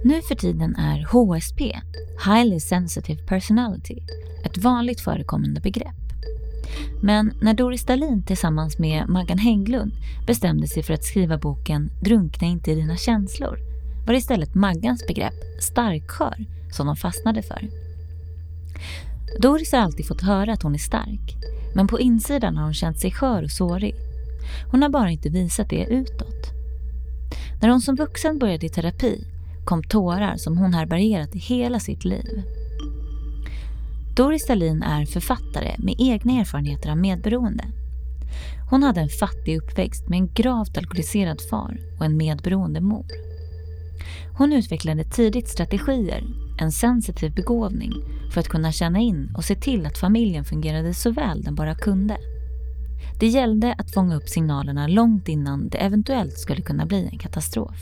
Nu för tiden är HSP, Highly Sensitive Personality, ett vanligt förekommande begrepp. Men när Doris Dahlin tillsammans med Maggan Hägglund bestämde sig för att skriva boken Drunkna inte i dina känslor var det istället Maggans begrepp starkskör som de fastnade för. Doris har alltid fått höra att hon är stark, men på insidan har hon känt sig skör och sårig. Hon har bara inte visat det utåt. När hon som vuxen började i terapi kom tårar som hon härbärgerat i hela sitt liv. Doris Dahlin är författare med egna erfarenheter av medberoende. Hon hade en fattig uppväxt med en gravt alkoholiserad far och en medberoende mor. Hon utvecklade tidigt strategier, en sensitiv begåvning för att kunna känna in och se till att familjen fungerade så väl den bara kunde. Det gällde att fånga upp signalerna långt innan det eventuellt skulle kunna bli en katastrof.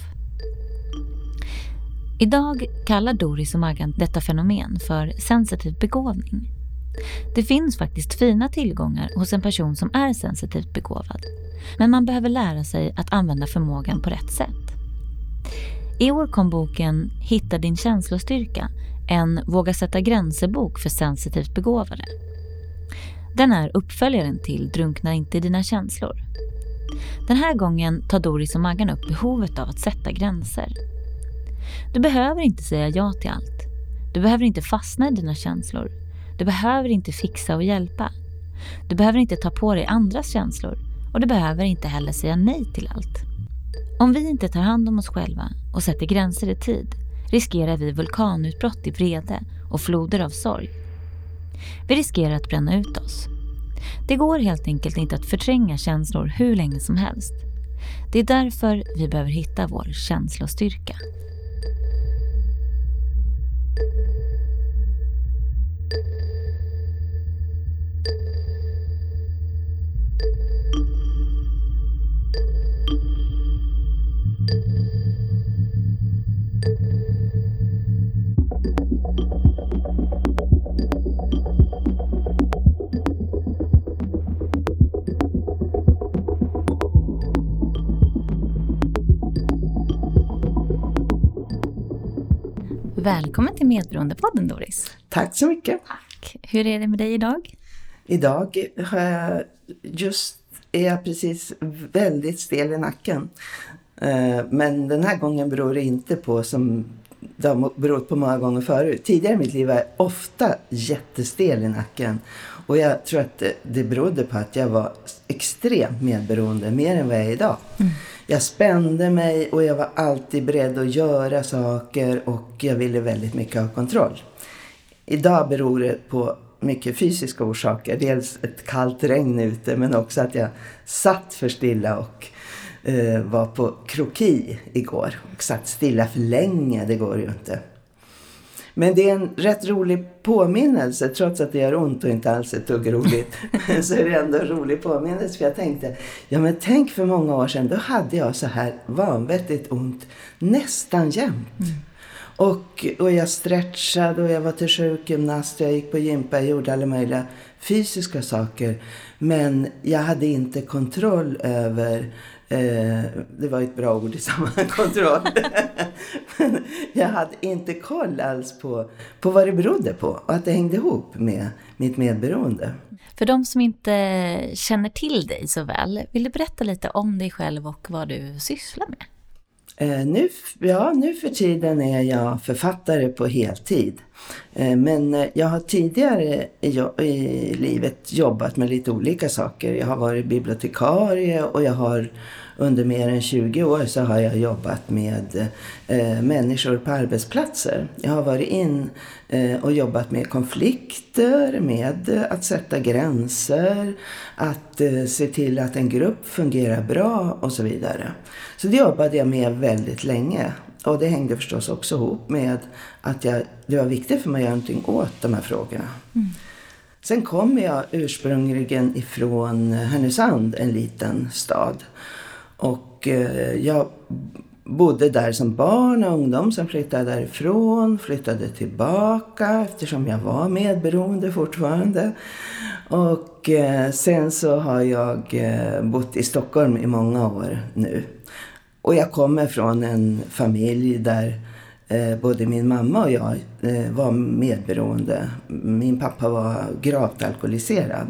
Idag kallar Doris och Maggan detta fenomen för sensitiv begåvning. Det finns faktiskt fina tillgångar hos en person som är sensitivt begåvad, men man behöver lära sig att använda förmågan på rätt sätt. I år kom boken Hitta din känslostyrka, en våga sätta gränser-bok för sensitivt begåvade. Den är uppföljaren till Drunkna inte i dina känslor. Den här gången tar Doris och Maggan upp behovet av att sätta gränser. Du behöver inte säga ja till allt. Du behöver inte fastna i dina känslor. Du behöver inte fixa och hjälpa. Du behöver inte ta på dig andras känslor. Och du behöver inte heller säga nej till allt. Om vi inte tar hand om oss själva och sätter gränser i tid riskerar vi vulkanutbrott i vrede och floder av sorg. Vi riskerar att bränna ut oss. Det går helt enkelt inte att förtränga känslor hur länge som helst. Det är därför vi behöver hitta vår känslostyrka. Välkommen till Medberoendepodden, Doris. Tack så mycket. Tack. Hur är det med dig idag? Idag är jag precis väldigt stel i nacken. Men den här gången beror det inte på som det har berott på många gånger förut. Tidigare i mitt liv var jag ofta jättestel i nacken. Och jag tror att det berodde på att jag var extremt medberoende, mer än vad jag är idag. Jag spände mig och jag var alltid beredd att göra saker och jag ville väldigt mycket ha kontroll. Idag beror det på mycket fysiska orsaker. Dels ett kallt regn ute, men också att jag satt för stilla och var på kroki igår. Och satt stilla för länge, det går ju inte. Men det är en rätt rolig påminnelse, trots att det gör ont och inte alls ett dugg roligt. Så är det ändå en rolig påminnelse, för jag tänkte, ja men tänk för många år sedan, då hade jag så här vanvettigt ont nästan jämt. Och jag stretchade och jag var till sjukgymnast, jag gick på gympa, jag gjorde alla möjliga fysiska saker. Men jag hade inte kontroll över, det var ett bra ord i samma kontroll. Men jag hade inte koll alls på vad det berodde på och att det hängde ihop med mitt medberoende. För de som inte känner till dig så väl, vill du berätta lite om dig själv och vad du sysslar med? Nu för tiden är jag författare på heltid. Men jag har tidigare i livet jobbat med lite olika saker. Jag har varit bibliotekarie och jag har under mer än 20 år så har jag jobbat med människor på arbetsplatser. Jag har varit in och jobbat med konflikter, med att sätta gränser, att se till att en grupp fungerar bra och så vidare. Så det jobbade jag med väldigt länge. Och det hängde förstås också ihop med att det var viktigt för mig att göra någonting åt de här frågorna. Sen kom jag ursprungligen ifrån Härnösand, en liten stad. Och jag bodde där som barn och ungdom, sen flyttade därifrån, flyttade tillbaka eftersom jag var medberoende fortfarande. Och sen så har jag bott i Stockholm i många år nu. Och jag kommer från en familj där både min mamma och jag var medberoende. Min pappa var gravt alkoholiserad.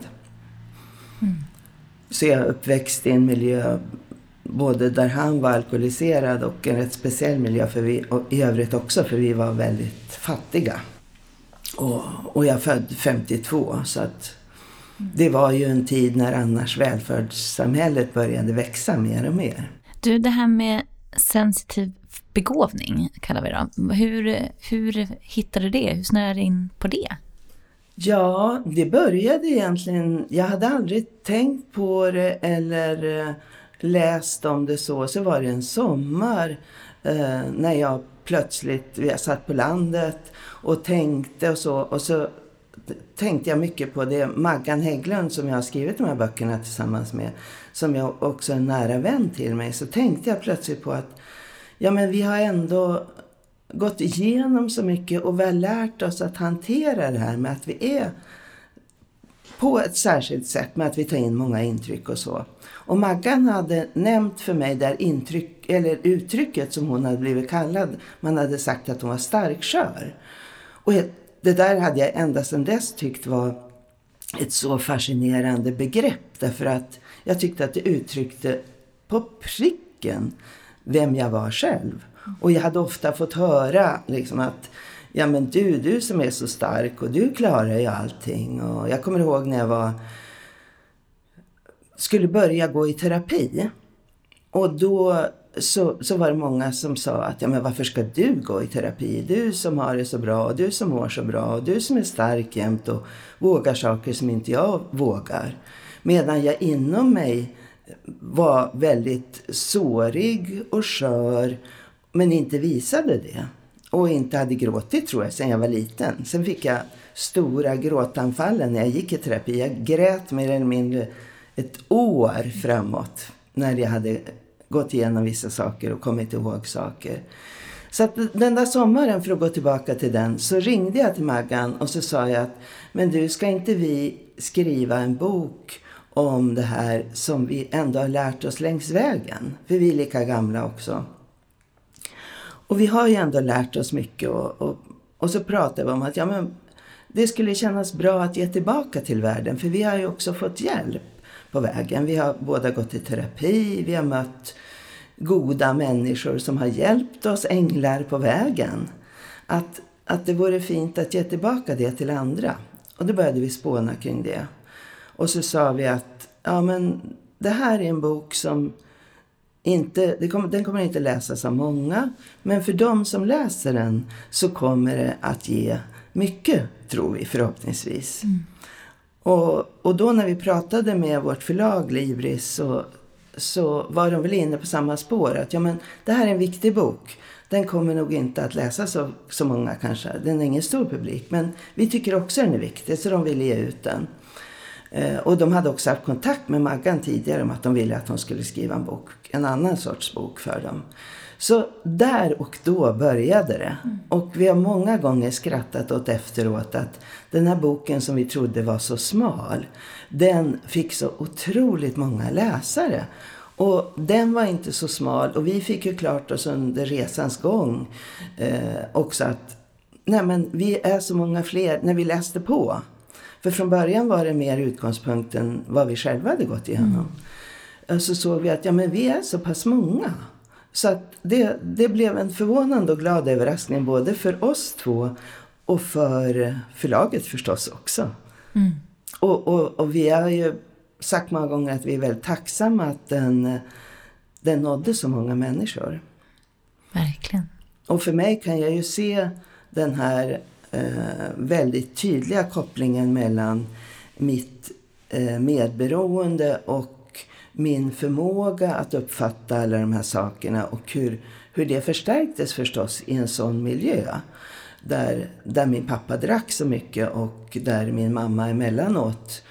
Så jag uppväxt i en miljö både där han var alkoholiserad och en rätt speciell miljö och i övrigt också, för vi var väldigt fattiga. Och jag född 52, så att det var ju en tid när annars välfärdssamhället började växa mer och mer. Du, det här med sensitiv begåvning kallar vi det. Hur hittade du det? Hur snärade du in på det? Ja, det började egentligen... Jag hade aldrig tänkt på det eller läst om det så. Så var det en sommar när jag jag satt på landet och tänkte och så tänkte jag mycket på det. Maggan Hägglund, som jag har skrivit de här böckerna tillsammans med, som jag också är en nära vän till mig, så tänkte jag plötsligt på att men vi har ändå gått igenom så mycket och vi har lärt oss att hantera det här med att vi är på ett särskilt sätt, med att vi tar in många intryck och så. Och Maggan hade nämnt för mig där uttrycket som hon hade blivit kallad, man hade sagt att hon var starkskör. Och det där hade jag ända sedan dess tyckt var ett så fascinerande begrepp, därför att jag tyckte att det uttryckte på pricken vem jag var själv. Och jag hade ofta fått höra liksom att men du som är så stark och du klarar ju allting. Och jag kommer ihåg när jag skulle börja gå i terapi. Och då så var det många som sa att men varför ska du gå i terapi? Du som har det så bra och du som mår så bra och du som är stark jämt och vågar saker som inte jag vågar. Medan jag inom mig var väldigt sårig och skör, men inte visade det. Och inte hade gråtit, tror jag, sedan jag var liten. Sen fick jag stora gråtanfallen när jag gick i terapi. Jag grät mer eller mindre ett år framåt när jag hade gått igenom vissa saker och kommit ihåg saker. Så att den där sommaren, för att gå tillbaka till den, så ringde jag till Maggan och så sa jag att men du, ska inte vi skriva en bok om det här som vi ändå har lärt oss längs vägen? För vi är lika gamla också. Och vi har ju ändå lärt oss mycket och så pratade vi om att det skulle kännas bra att ge tillbaka till världen. För vi har ju också fått hjälp på vägen. Vi har båda gått i terapi, vi har mött goda människor som har hjälpt oss, änglar på vägen. Att det vore fint att ge tillbaka det till andra. Och då började vi spåna kring det. Och så sa vi att det här är en bok som den kommer inte läsas av många, men för de som läser den så kommer det att ge mycket, tror vi, förhoppningsvis. Och då när vi pratade med vårt förlag Libris så var de väl inne på samma spår, att det här är en viktig bok. Den kommer nog inte att läsas av så många kanske. Den är ingen stor publik, men vi tycker också den är viktig, så de ville ge ut den. Och de hade också haft kontakt med Maggan tidigare om att de ville att hon skulle skriva en annan sorts bok för dem. Så där och då började det. Och vi har många gånger skrattat åt efteråt att den här boken som vi trodde var så smal, den fick så otroligt många läsare. Och den var inte så smal, och vi fick ju klart oss under resans gång också att vi är så många fler när vi läste på. För från början var det mer utgångspunkten vad vi själva hade gått igenom. Så såg vi att vi är så pass många. Så att det blev en förvånande och glad överraskning både för oss två och för förlaget förstås också. Och vi har ju sagt många gånger att vi är väldigt tacksamma att den nådde så många människor. Verkligen. Och för mig kan jag ju se den här väldigt tydliga kopplingen mellan mitt medberoende och min förmåga att uppfatta alla de här sakerna, och hur det förstärktes förstås i en sån miljö där min pappa drack så mycket och där min mamma emellanåt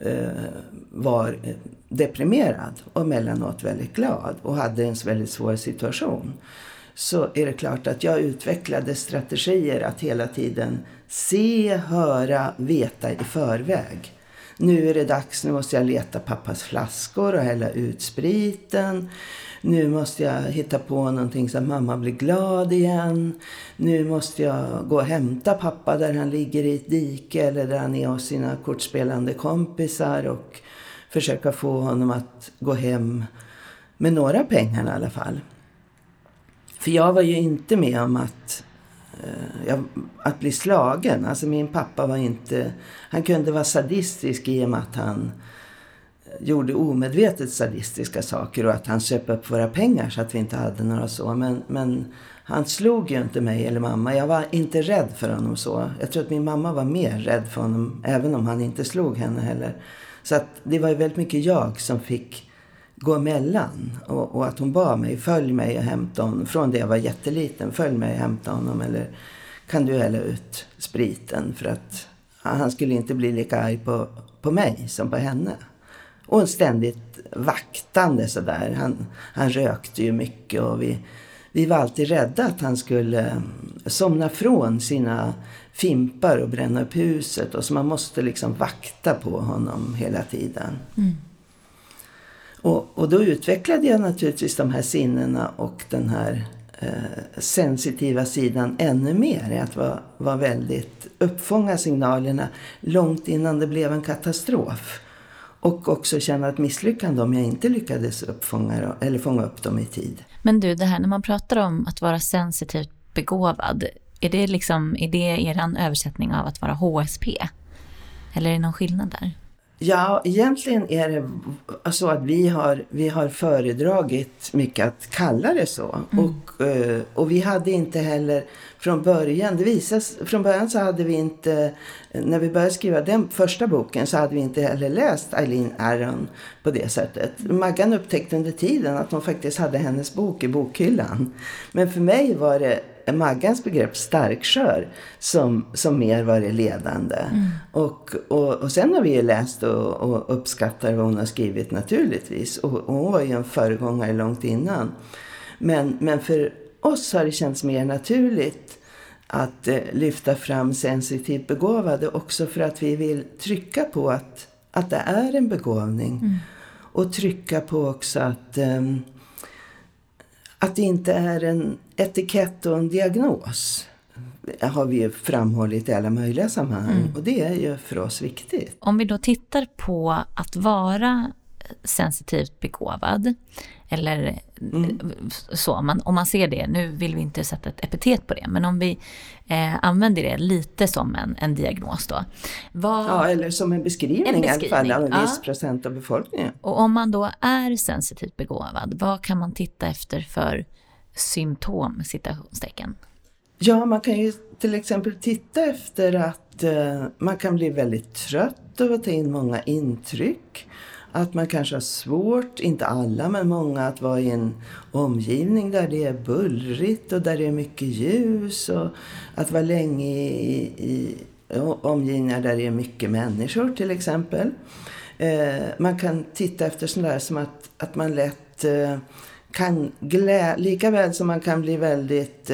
var deprimerad och emellanåt väldigt glad och hade en väldigt svår situation. Så är det klart att jag utvecklade strategier att hela tiden se, höra, veta i förväg. Nu är det dags, nu måste jag leta pappas flaskor och hälla ut spriten. Nu måste jag hitta på någonting så att mamma blir glad igen. Nu måste jag gå och hämta pappa där han ligger i ett dike eller där han är hos sina kortspelande kompisar och försöka få honom att gå hem med några pengar i alla fall. För jag var ju inte med om att bli slagen. Alltså min pappa var inte... Han kunde vara sadistisk i och med att han gjorde omedvetet sadistiska saker och att han köp upp våra pengar så att vi inte hade några så. Men han slog ju inte mig eller mamma. Jag var inte rädd för honom så. Jag tror att min mamma var mer rädd för honom även om han inte slog henne heller. Så att det var ju väldigt mycket jag som fick gå emellan. Och att hon bad mig, följ mig och hämta honom. Från det jag var jätteliten, följ mig och hämta honom. Eller kan du hälla ut spriten för att han skulle inte bli lika arg på mig som på henne. Och ständigt vaktande sådär. Han rökte ju mycket och vi var alltid rädda att han skulle somna från sina fimpar och bränna upp huset. Och så man måste liksom vakta på honom hela tiden. Mm. Och då utvecklade jag naturligtvis de här sinnena och den här sensitiva sidan ännu mer. Att vara väldigt uppfånga signalerna långt innan det blev en katastrof. Och också känna ett misslyckande om jag inte lyckades fånga upp dem i tid. Men du, det här när man pratar om att vara sensitivt begåvad, är det er översättning av att vara HSP? Eller är det någon skillnad där? Ja, egentligen är det så att vi har föredragit mycket att kalla det så. Mm. Och vi hade inte heller från början så hade vi inte, när vi började skriva den första boken så hade vi inte heller läst Eileen Aron på det sättet. Maggan upptäckte under tiden att hon faktiskt hade hennes bok i bokhyllan. Men för mig var det Maggans begrepp starkskör som mer var det ledande. Mm. Och sen har vi ju läst och uppskattar vad hon har skrivit naturligtvis. Och hon var ju en föregångare långt innan. Men för oss har det känts mer naturligt att lyfta fram sensitivt begåvade också för att vi vill trycka på att det är en begåvning. Mm. Och trycka på också att det inte är en etikett och en diagnos. Det har vi ju framhållit i alla möjliga sammanhang. Mm. Och det är ju för oss viktigt. Om vi då tittar på att vara sensitivt begåvad eller så, om man ser det, nu vill vi inte sätta ett epitet på det, men om vi använder det lite som en diagnos då. Ja, eller som en beskrivning i alla fall av en viss procent av befolkningen. Och om man då är sensitivt begåvad, vad kan man titta efter för symptom, citationstecken? Ja, man kan ju till exempel titta efter att man kan bli väldigt trött av att ta in många intryck. Att man kanske har svårt, inte alla men många, att vara i en omgivning där det är bullrigt och där det är mycket ljus. Och att vara länge i omgivningar där det är mycket människor till exempel. Man kan titta efter sånt där som att man lätt kan lika väl som man kan bli väldigt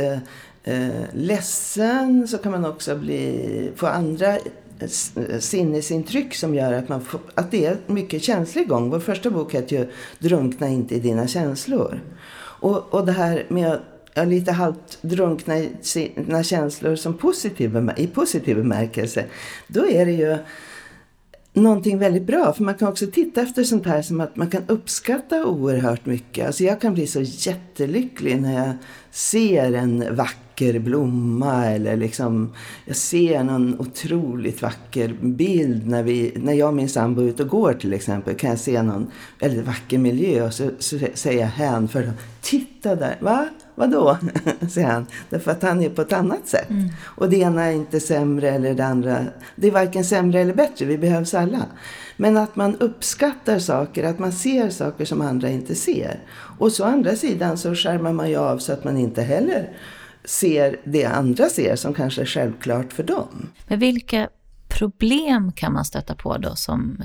ledsen, så kan man också få andra sinnesintryck som gör att det är mycket känslig gång. Vår första bok heter ju Drunkna inte i dina känslor. Och det här med att lite halvt drunkna i sina känslor som i positiv bemärkelse, då är det ju någonting väldigt bra. För man kan också titta efter sånt här som att man kan uppskatta oerhört mycket. Alltså jag kan bli så jättelycklig när jag ser en vacker blomma eller liksom jag ser någon otroligt vacker bild när jag och min sambo är ute och går till exempel, kan jag se någon väldigt vacker miljö och så säger jag hänför, titta där, va? Vadå? Säger han. Därför att han är på ett annat sätt. Mm. Och det ena är inte sämre eller det andra. Det är varken sämre eller bättre. Vi behövs alla. Men att man uppskattar saker. Att man ser saker som andra inte ser. Och så andra sidan så skärmar man ju av så att man inte heller ser det andra ser som kanske är självklart för dem. Men vilka problem kan man stöta på då som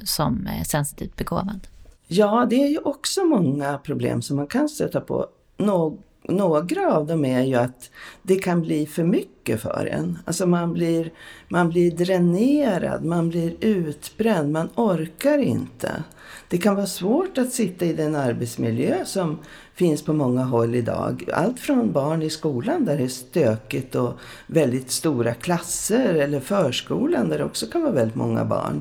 sensitivt begåvad? Ja, det är ju också många problem som man kan stöta på. några av dem är ju att det kan bli för mycket för en. Alltså man blir dränerad, man blir utbränd, man orkar inte. Det kan vara svårt att sitta i den arbetsmiljö som finns på många håll idag. Allt från barn i skolan där det är stökigt och väldigt stora klasser, eller förskolan där det också kan vara väldigt många barn.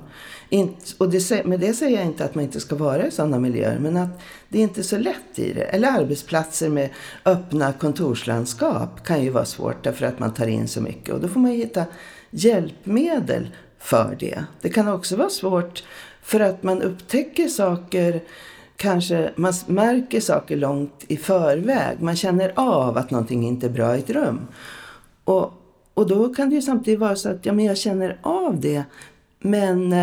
Med det säger jag inte att man inte ska vara i sådana miljöer, men att det är inte så lätt i det. Eller arbetsplatser med öppna kontorslandskap kan ju vara svårt därför att man tar in så mycket. Och då får man hitta hjälpmedel för det. Det kan också vara svårt för att man upptäcker saker, kanske man märker saker långt i förväg. Man känner av att någonting inte är bra i ett rum. Och då kan det ju samtidigt vara så att jag känner av det, men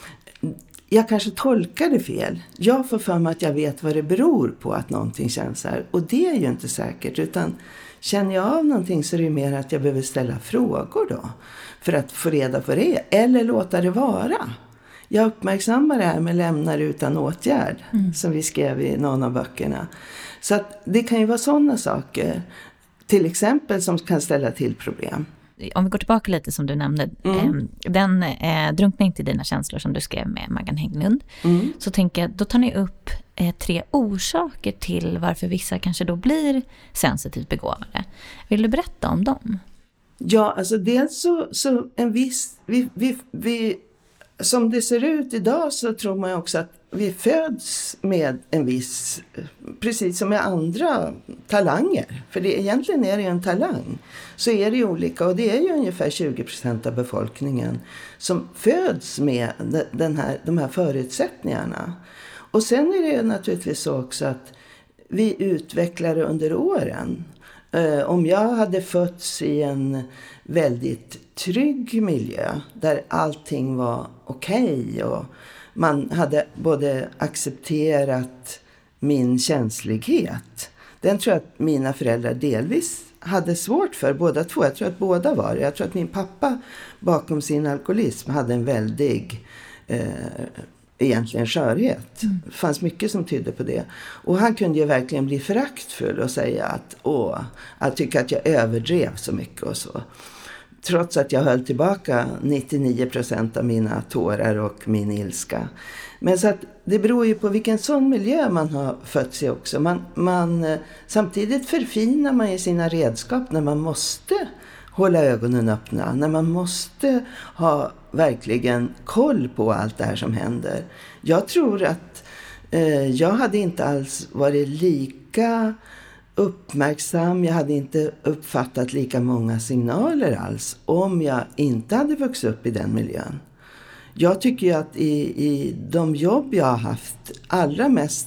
jag kanske tolkar det fel. Jag får för mig att jag vet vad det beror på att någonting känns här. Och det är ju inte säkert, utan känner jag av någonting så är det mer att jag behöver ställa frågor då. För att få reda på det. Eller låta det vara. Jag uppmärksammar det här med lämnar utan åtgärd. Som vi skrev i någon av böckerna. Så att det kan ju vara sådana saker. Till exempel som kan ställa till problem. Om vi går tillbaka lite som du nämnde. Den drunkna inte i dina känslor som du skrev med Maggan Hägglund. Så tänker jag, då tar ni upp 3 orsaker till varför vissa kanske då blir sensitivt begåvade. Vill du berätta om dem? Ja, alltså dels så en viss... Vi, som det ser ut idag så tror man också att vi föds med en viss, precis som med andra talanger. För egentligen är det en talang. Så är det ju olika, och det är ju ungefär 20% av befolkningen som föds med de här förutsättningarna. Och sen är det ju naturligtvis så också att vi utvecklar det under åren. Om jag hade fötts i en väldigt trygg miljö där allting var okej och man hade både accepterat min känslighet. Den tror jag att mina föräldrar delvis hade svårt för, båda två. Jag tror att båda var det. Jag tror att min pappa bakom sin alkoholism hade en väldig egentligen skörhet. Det fanns mycket som tydde på det. Och han kunde ju verkligen bli föraktfull och säga att jag tycker att jag överdrev så mycket och så. Trots att jag höll tillbaka 99% av mina tårar och min ilska. Men så att det beror ju på vilken sån miljö man har fött sig också. Samtidigt förfinar man ju sina redskap när man måste hålla ögonen öppna. När man måste ha verkligen koll på allt det här som händer. Jag tror att jag hade inte alls varit lika uppmärksam. Jag hade inte uppfattat lika många signaler alls om jag inte hade vuxit upp i den miljön. Jag tycker ju att i de jobb jag har haft allra mest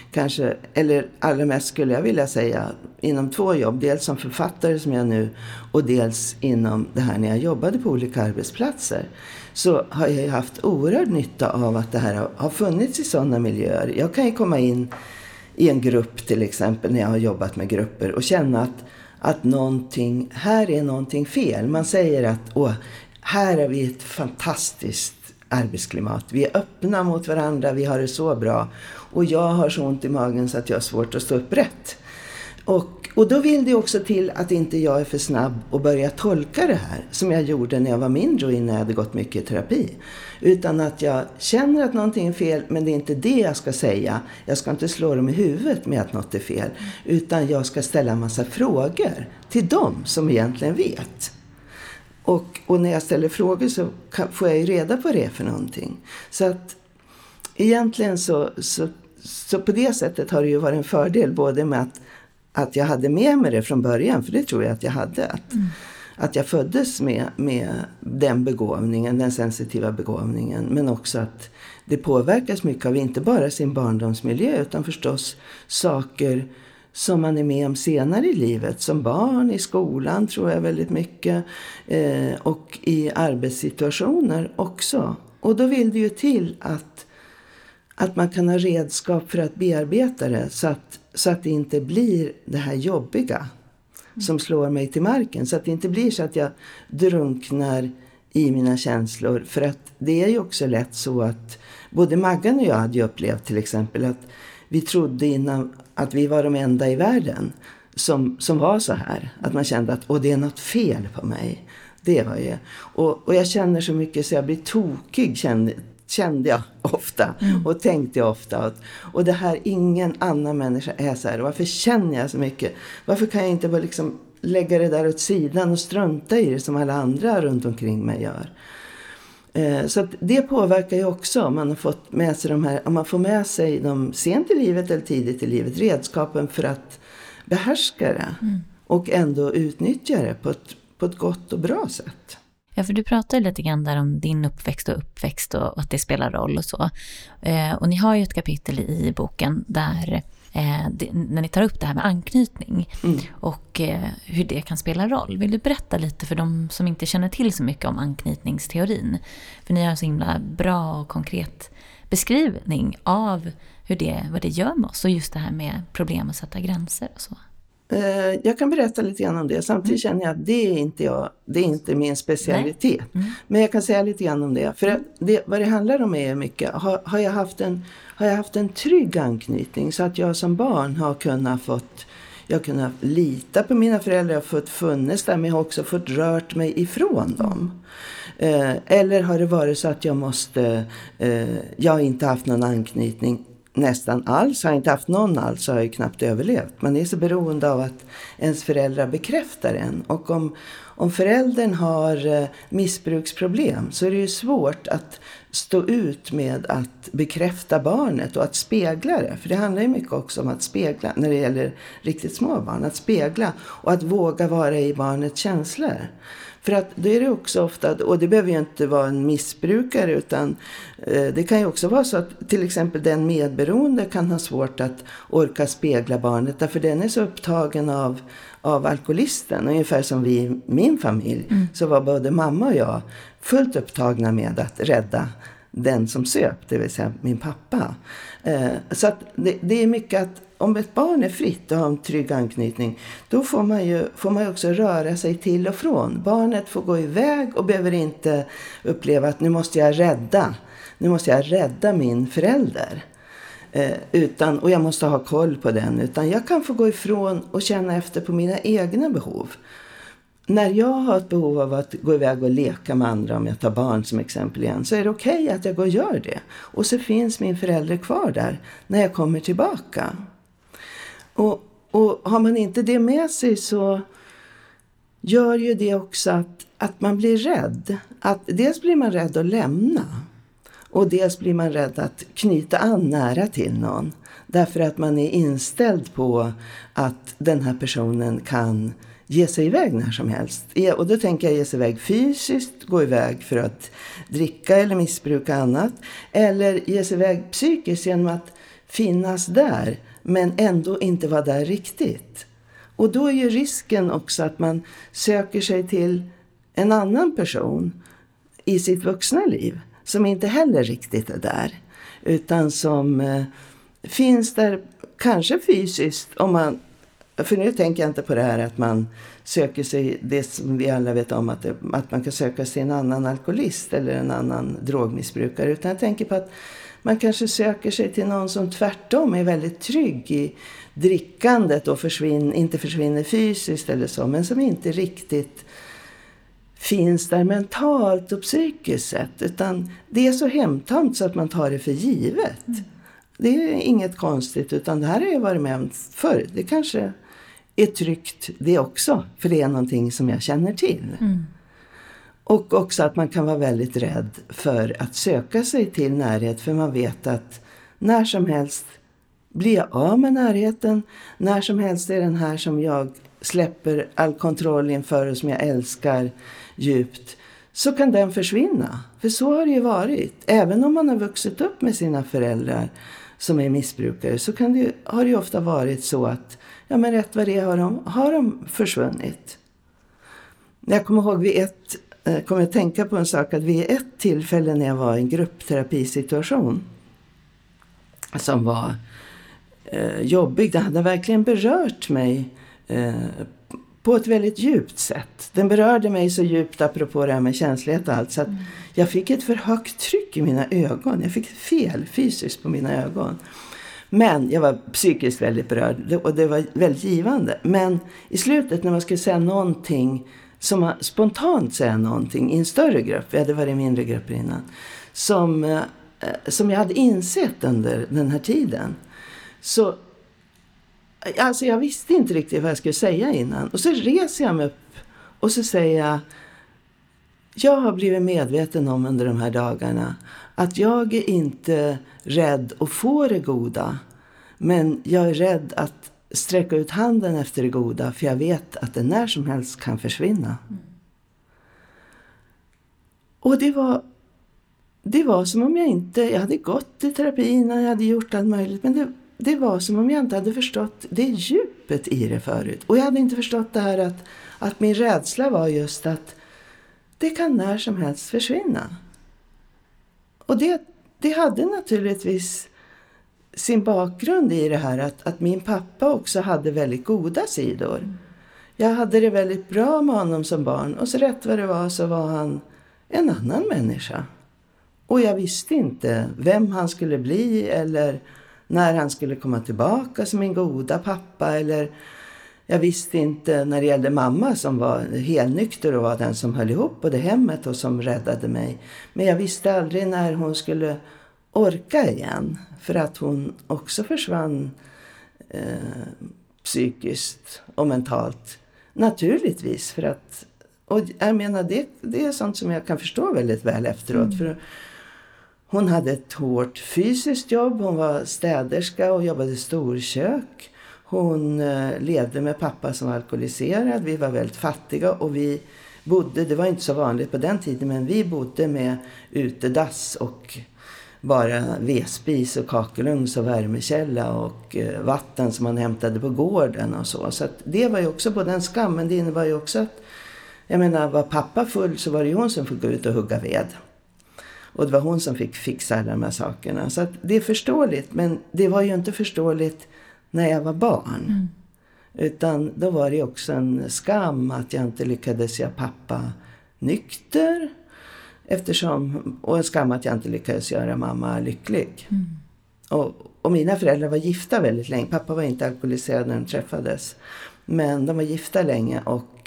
skulle jag vilja säga inom 2 jobb. Dels som författare som jag nu och dels inom det här när jag jobbade på olika arbetsplatser. Så har jag haft oerhörd nytta av att det här har funnits i sådana miljöer. Jag kan ju komma in i en grupp till exempel när jag har jobbat med grupper och känna att här är någonting fel. Man säger att här har vi ett fantastiskt arbetsklimat. Vi är öppna mot varandra, vi har det så bra. Och jag har så ont i magen så att jag har svårt att stå upprätt. Och då vill det också till att inte jag är för snabb och börja tolka det här som jag gjorde när jag var mindre och innan jag hade gått mycket i terapi. Utan att jag känner att någonting är fel, men det är inte det jag ska säga. Jag ska inte slå dem i huvudet med att något är fel. Utan jag ska ställa en massa frågor till dem som egentligen vet. Och när jag ställer frågor så får jag ju reda på det för någonting. Så att egentligen så på det sättet har det ju varit en fördel både med att jag hade med mig det från början, för det tror jag att jag hade. Att jag föddes med den begåvningen, den sensitiva begåvningen. Men också att det påverkas mycket av inte bara sin barndomsmiljö utan förstås saker som man är med om senare i livet. Som barn, i skolan tror jag väldigt mycket. Och i arbetssituationer också. Och då vill det ju till att man kan ha redskap för att bearbeta det så att det inte blir det här jobbiga som slår mig till marken. Så att det inte blir så att jag drunknar i mina känslor. För att det är ju också lätt så att både Maggan och jag hade ju upplevt till exempel att vi trodde innan att vi var de enda i världen som var så här. Att man kände att det är något fel på mig. Det var ju. Och jag känner så mycket så jag blir tokig kände jag ofta. Och tänkte jag ofta. Och det här, ingen annan människa är så här. Varför känner jag så mycket? Varför kan jag inte bara liksom lägga det där åt sidan och strunta i det som alla andra runt omkring mig gör? Så att det påverkar ju också om man har fått med sig om man får med sig dem sent i livet eller tidigt i livet, redskapen för att behärska det och ändå utnyttja det på ett gott och bra sätt. Ja, för du pratade lite grann där om din uppväxt och att det spelar roll och så. Och ni har ju ett kapitel i boken där när ni tar upp det här med anknytning och hur det kan spela roll. Vill du berätta lite för de som inte känner till så mycket om anknytningsteorin? För ni har en så himla bra och konkret beskrivning av vad det gör med oss och just det här med problem att sätta gränser och så. Jag kan berätta lite grann om det. Samtidigt känner jag att det är inte min specialitet. Men jag kan säga lite grann om det. För vad det handlar om är mycket. Har jag haft en trygg anknytning så att jag som barn har kunnat lita på mina föräldrar och fått funnits där, men jag har också fått rört mig ifrån dem. Eller har det varit så att jag har inte haft någon anknytning nästan alls, har jag inte haft någon alls, har jag ju knappt överlevt. Man är så beroende av att ens föräldrar bekräftar en. Och om föräldern har missbruksproblem så är det ju svårt att stå ut med att bekräfta barnet och att spegla det. För det handlar ju mycket också om att spegla, när det gäller riktigt små barn, att spegla och att våga vara i barnets känslor. För att då är det också ofta, och det behöver ju inte vara en missbrukare, utan det kan ju också vara så att till exempel den medberoende kan ha svårt att orka spegla barnet, därför den är så upptagen av alkoholisten. Ungefär som vi i min familj så var både mamma och jag fullt upptagna med att rädda den som söp, det vill säga min pappa. Så att det är mycket att om ett barn är fritt och har en trygg anknytning, då får man ju också röra sig till och från. Barnet får gå iväg och behöver inte uppleva att nu måste jag rädda min förälder. Och jag måste ha koll på den. Utan jag kan få gå ifrån och känna efter på mina egna behov. När jag har ett behov av att gå iväg och leka med andra, om jag tar barn som exempel igen, så är det okej att jag går och gör det. Och så finns min förälder kvar där när jag kommer tillbaka. Och har man inte det med sig så gör ju det också att man blir rädd. Dels blir man rädd att lämna. Och dels blir man rädd att knyta an nära till någon. Därför att man är inställd på att den här personen kan ge sig iväg när som helst. Och då tänker jag ge sig iväg fysiskt, gå iväg för att dricka eller missbruka annat. Eller ge sig iväg psykiskt genom att finnas där men ändå inte vara där riktigt. Och då är ju risken också att man söker sig till en annan person i sitt vuxna liv som inte heller riktigt är där. Utan som finns där kanske fysiskt, för nu tänker jag inte på det här att man söker sig, det som vi alla vet om, att man kan söka sig en annan alkoholist eller en annan drogmissbrukare. Utan jag tänker på att man kanske söker sig till någon som tvärtom är väldigt trygg i drickandet och inte försvinner fysiskt eller så, men som inte riktigt finns där mentalt och psykiskt sett. Utan det är så hemtamt så att man tar det för givet. Det är inget konstigt, utan det här har jag varit med om förr. Det kanske är tryggt det också, för det är någonting som jag känner till. Och också att man kan vara väldigt rädd för att söka sig till närhet, för man vet att när som helst blir jag av med närheten, när som helst är den här som jag släpper all kontroll inför och som jag älskar djupt, så kan den försvinna. För så har det ju varit. Även om man har vuxit upp med sina föräldrar som är missbrukare, så har det ju ofta varit så att rätt vad det har de försvunnit. Jag kommer ihåg kommer jag tänka på en sak, att vid ett tillfälle när jag var i en gruppterapisituation som var jobbig, det hade verkligen berört mig på ett väldigt djupt sätt. Den berörde mig så djupt apropå det här med känslighet och allt, så att jag fick ett för högt tryck i mina ögon. Jag fick fel fysiskt på mina ögon. Men jag var psykiskt väldigt berörd och det var väldigt givande. Men i slutet när man skulle säga någonting, som man spontant säga någonting i en större grupp, vi hade varit mindre grupper innan, som jag hade insett under den här tiden. Så alltså jag visste inte riktigt vad jag skulle säga innan. Och så reser jag mig upp och så säger jag har blivit medveten om under de här dagarna att jag är inte rädd att få det goda. Men jag är rädd att sträcka ut handen efter det goda, för jag vet att det när som helst kan försvinna. Och det var som om jag hade gått i terapin och jag hade gjort allt möjligt, men det var som om jag inte hade förstått det djupet i det förut. Och jag hade inte förstått det här att min rädsla var just att det kan när som helst försvinna. Och det hade naturligtvis sin bakgrund i det här att min pappa också hade väldigt goda sidor. Jag hade det väldigt bra med honom som barn, och så rätt vad det var så var han en annan människa. Och jag visste inte vem han skulle bli eller när han skulle komma tillbaka som min goda pappa. Eller jag visste inte när det gällde mamma som var helnykter och var den som höll ihop på det hemmet och som räddade mig. Men jag visste aldrig när hon skulle orka igen. För att hon också försvann psykiskt och mentalt. Naturligtvis för att, och jag menar det är sånt som jag kan förstå väldigt väl efteråt. För hon hade ett hårt fysiskt jobb, hon var städerska och jobbade i storkök. Hon levde med pappa som var alkoholiserad, vi var väldigt fattiga och vi bodde, det var inte så vanligt på den tiden, men vi bodde med utedass och bara vedspis och kakelugn och värmekälla och vatten som man hämtade på gården och så. Så att det var ju också både en skam, men det innebar ju också att, jag menar, var pappa full så var det ju hon som fick gå ut och hugga ved. Och det var hon som fick fixa alla de här sakerna. Så att det är förståeligt, men det var ju inte förståeligt när jag var barn. Utan då var det också en skam att jag inte lyckades göra pappa nykter. Och en skam att jag inte lyckades göra mamma lycklig. Och mina föräldrar var gifta väldigt länge. Pappa var inte alkoholiserad när de träffades. Men de var gifta länge och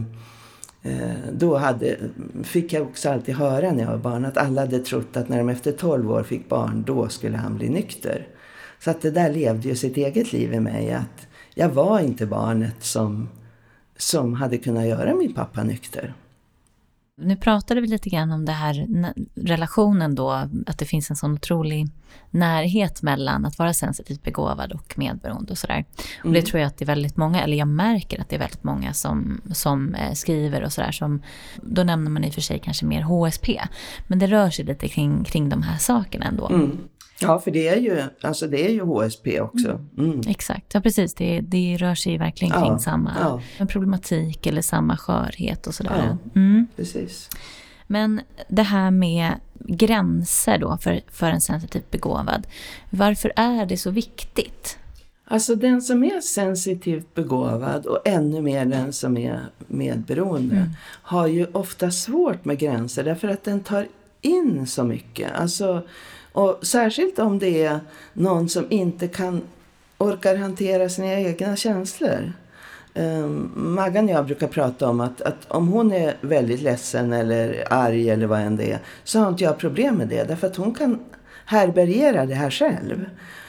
då fick jag också alltid höra när jag var barn att alla hade trott att när de efter 12 år fick barn, då skulle han bli nykter. Så att det där levde ju sitt eget liv i mig, att jag var inte barnet som hade kunnat göra min pappa nykter. Nu pratade vi lite grann om det här relationen då, att det finns en sån otrolig närhet mellan att vara sensitivt begåvad och medberoende och sådär. Och det tror jag att det är väldigt många, eller jag märker att det är väldigt många som skriver och sådär, som då nämner man i och för sig kanske mer HSP, men det rör sig lite kring de här sakerna ändå. Ja, för det är ju HSP också. Exakt, ja precis. Det rör sig verkligen kring samma problematik eller samma skörhet och sådär. Precis. Men det här med gränser då för en sensitivt begåvad, varför är det så viktigt? Alltså den som är sensitivt begåvad och ännu mer den som är medberoende har ju ofta svårt med gränser, därför att den tar in så mycket. Alltså, och särskilt om det är någon som inte orkar hantera sina egna känslor. Maggan och jag brukar prata om att om hon är väldigt ledsen eller arg eller vad än det är, så har inte jag problem med det. Därför att hon kan härbärgera det här själv.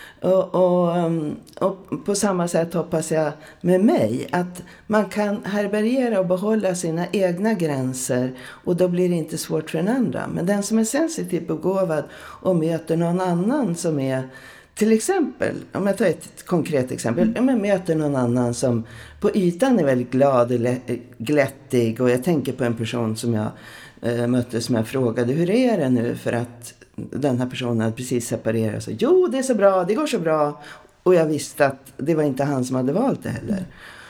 Och på samma sätt hoppas jag med mig att man kan härbärgera och behålla sina egna gränser, och då blir det inte svårt för den andra. Men den som är sensitivt begåvad och möter någon annan som är, till exempel, om jag tar ett konkret exempel, om jag möter någon annan som på ytan är väldigt glad eller glättig, och jag tänker på en person som jag mötte som jag frågade, hur är det nu, för att den här personen hade precis separerat. Så, jo, det är så bra, det går så bra. Och jag visste att det var inte han som hade valt det heller.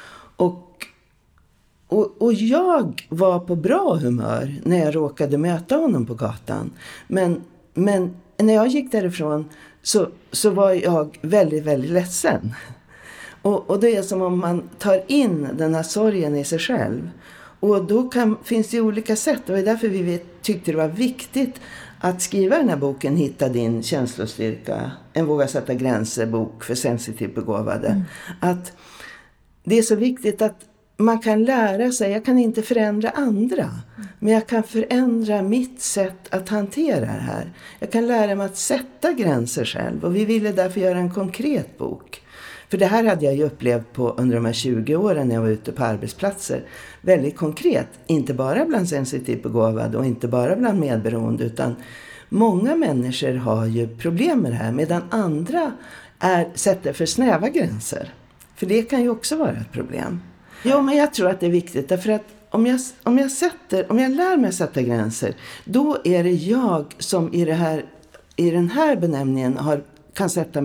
Och jag var på bra humör när jag råkade möta honom på gatan. Men när jag gick därifrån så var jag väldigt, väldigt ledsen. Och det är som om man tar in den här sorgen i sig själv. Och då finns det olika sätt. Och det är därför vi tyckte det var viktigt att skriva den här boken Hitta din känslostyrka, en våga sätta gränser bok för sensitivt begåvade. Att det är så viktigt att man kan lära sig, jag kan inte förändra andra, men jag kan förändra mitt sätt att hantera det här. Jag kan lära mig att sätta gränser själv, och vi ville därför göra en konkret bok. För det här hade jag ju upplevt under de här 20 åren när jag var ute på arbetsplatser. Väldigt konkret, inte bara bland sensitivt begåvade och inte bara bland medberoende, utan många människor har ju problem med det här, medan andra sätter för snäva gränser. För det kan ju också vara ett problem. Jo, men jag tror att det är viktigt, därför att om jag lär mig att sätta gränser, då är det jag som i den här benämningen kan sätta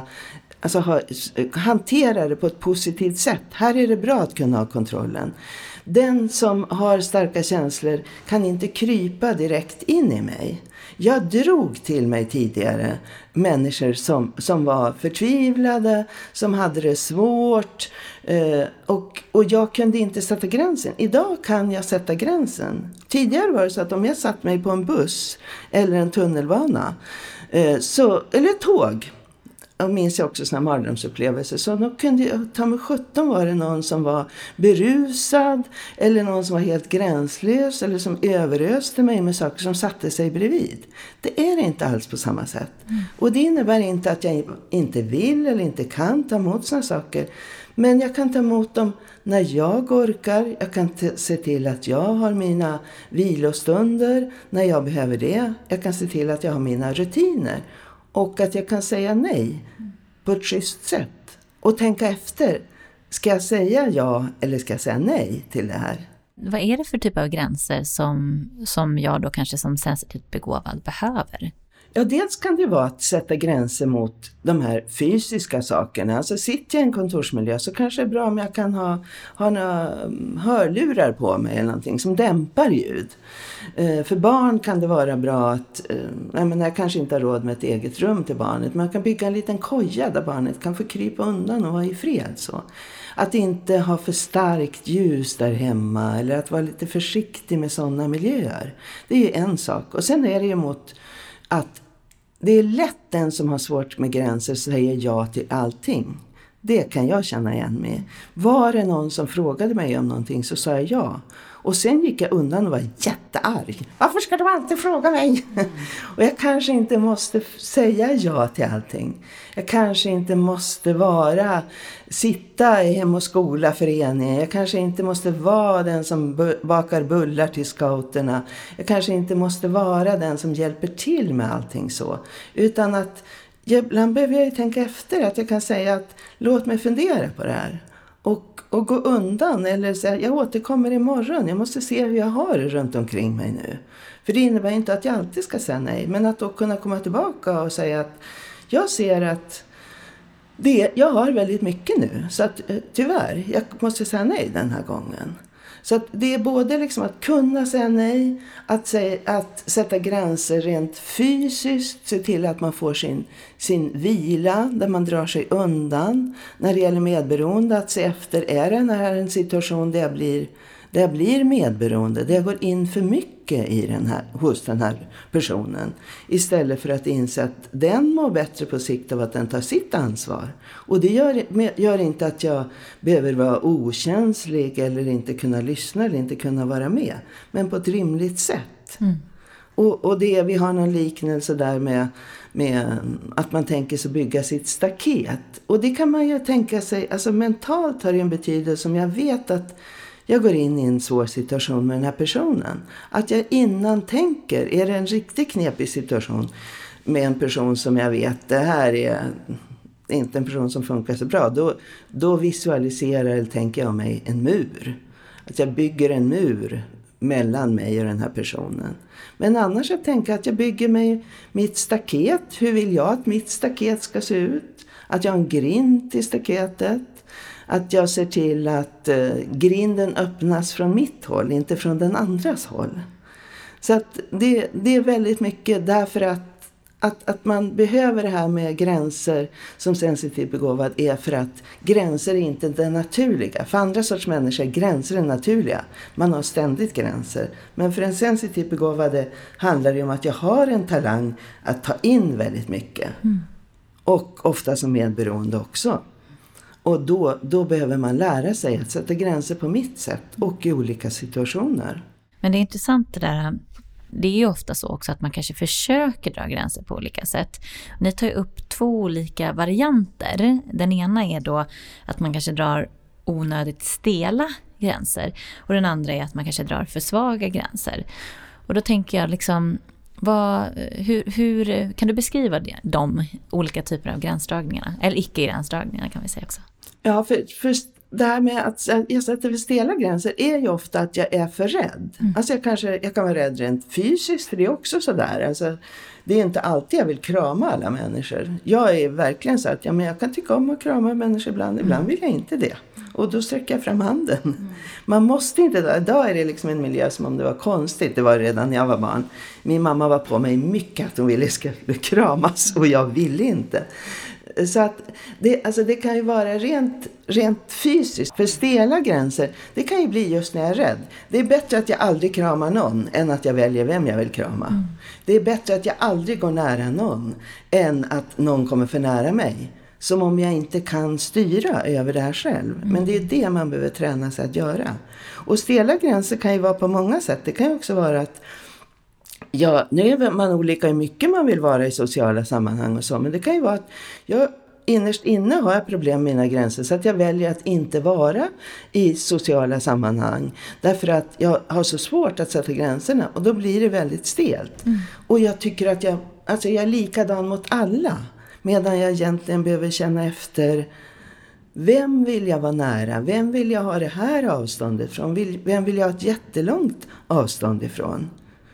hantera det på ett positivt sätt. Här är det bra att kunna ha kontrollen. Den som har starka känslor kan inte krypa direkt in i mig. Jag drog till mig tidigare människor som var förtvivlade, som hade det svårt, och jag kunde inte sätta gränsen. Idag kan jag sätta gränsen. Tidigare var det så att om jag satt mig på en buss eller en tunnelbana eller ett tåg, jag minns jag också såna mardrömsupplevelser, så då kunde jag ta med 17 var det någon som var berusad eller någon som var helt gränslös eller som överöste mig med saker som satte sig bredvid. Det är inte alls på samma sätt. Och det innebär inte att jag inte vill eller inte kan ta emot såna saker, men jag kan ta emot dem när jag orkar. Jag kan se till att jag har mina vilostunder när jag behöver det. Jag kan se till att jag har mina rutiner. Och att jag kan säga nej på ett schysst sätt. Och tänka efter. Ska jag säga ja eller ska jag säga nej till det här? Vad är det för typ av gränser som jag då kanske som sensitivt begåvad behöver? Ja, dels kan det vara att sätta gränser mot de här fysiska sakerna. Alltså sitter jag i en kontorsmiljö så kanske det är bra om jag kan ha några hörlurar på mig eller någonting som dämpar ljud. För barn kan det vara bra att, jag kanske inte har råd med ett eget rum till barnet. Man kan bygga en liten koja där barnet kan få krypa undan och vara i fred så. Att inte ha för starkt ljus där hemma eller att vara lite försiktig med sådana miljöer. Det är ju en sak. Och sen är det ju mot att det är lätt den som har svårt med gränser säger ja till allting. Det kan jag känna igen mig. Var det någon som frågade mig om någonting så sa jag ja. Och sen gick jag undan och var jättearg. Varför ska du alltid fråga mig? Och jag kanske inte måste säga ja till allting. Jag kanske inte måste sitta i Hem och skola-föreningen. Jag kanske inte måste vara den som bakar bullar till scouterna. Jag kanske inte måste vara den som hjälper till med allting så. Utan att ibland behöver jag ju tänka efter. Att jag kan säga att låt mig fundera på det här. Och gå undan eller säga jag återkommer imorgon. Jag måste se hur jag har det runt omkring mig nu. För det innebär inte att jag alltid ska säga nej. Men att då kunna komma tillbaka och säga att jag ser att jag har väldigt mycket nu. Så att tyvärr, jag måste säga nej den här gången. Så att det är både liksom att kunna säga nej, att sätta gränser rent fysiskt, se till att man får sin vila där man drar sig undan. När det gäller medberoende, att se efter, är det en situation där jag blir medberoende, där jag går in för mycket hos den här personen. Istället för att inse att den mår bättre på sikt av att den tar sitt ansvar. Och det gör inte att jag behöver vara okänslig eller inte kunna lyssna eller inte kunna vara med. Men på ett rimligt sätt. Mm. Och vi har någon liknelse där med att man tänker sig bygga sitt staket. Och det kan man ju tänka sig, alltså mentalt har det en betydelse som jag vet att jag går in i en svår situation med den här personen. Att jag innan tänker, är det en riktigt knepig situation med en person som jag vet, det här är inte en person som funkar så bra. Då visualiserar eller tänker jag mig en mur. Att jag bygger en mur mellan mig och den här personen. Men annars jag tänker att jag bygger mitt staket. Hur vill jag att mitt staket ska se ut? Att jag har en grind till staketet. Att jag ser till att grinden öppnas från mitt håll, inte från den andras håll. Så att det är väldigt mycket därför Att man behöver det här med gränser som sensitivt begåvad är för att gränser är inte det naturliga. För andra sorts människor är gränser naturliga. Man har ständigt gränser. Men för en sensitivt begåvade handlar det om att jag har en talang att ta in väldigt mycket. Och ofta som medberoende också. Och då behöver man lära sig att sätta gränser på mitt sätt och i olika situationer. Men det är intressant det där. Det är ju ofta så också att man kanske försöker dra gränser på olika sätt. Ni tar ju upp 2 olika varianter. Den ena är då att man kanske drar onödigt stela gränser. Och den andra är att man kanske drar för svaga gränser. Och då tänker jag liksom, hur kan du beskriva de olika typer av gränsdragningarna? Eller icke-gränsdragningarna kan vi säga också. Ja, för det här med att jag sätter för stela gränser är ju ofta att jag är för rädd. Alltså jag kan vara rädd rent fysiskt, för det är också sådär. Alltså, det är inte alltid jag vill krama alla människor. Jag är verkligen så att jag kan tycka om att krama människor ibland. Ibland vill jag inte det. Och då sträcker jag fram handen. Man måste inte det. Idag är det liksom en miljö som om det var konstigt. Det var redan när jag var barn. Min mamma var på mig mycket att hon ville ska kramas och jag ville inte. Så att det kan ju vara rent fysiskt. För stela gränser, det kan ju bli just när jag är rädd. Det är bättre att jag aldrig kramar någon än att jag väljer vem jag vill krama. Det är bättre att jag aldrig går nära någon än att någon kommer för nära mig. Som om jag inte kan styra över det här själv. Men det är det man behöver träna sig att göra. Och stela gränser kan ju vara på många sätt. Det kan ju också vara att nu är man olika hur mycket man vill vara i sociala sammanhang och så. Men det kan ju vara att jag innerst inne har jag problem med mina gränser. Så att jag väljer att inte vara i sociala sammanhang. Därför att jag har så svårt att sätta gränserna. Och då blir det väldigt stelt. Och jag tycker att jag är likadan mot alla. Medan jag egentligen behöver känna efter, vem vill jag vara nära? Vem vill jag ha det här avståndet från? Vem vill jag ha ett jättelångt avstånd ifrån?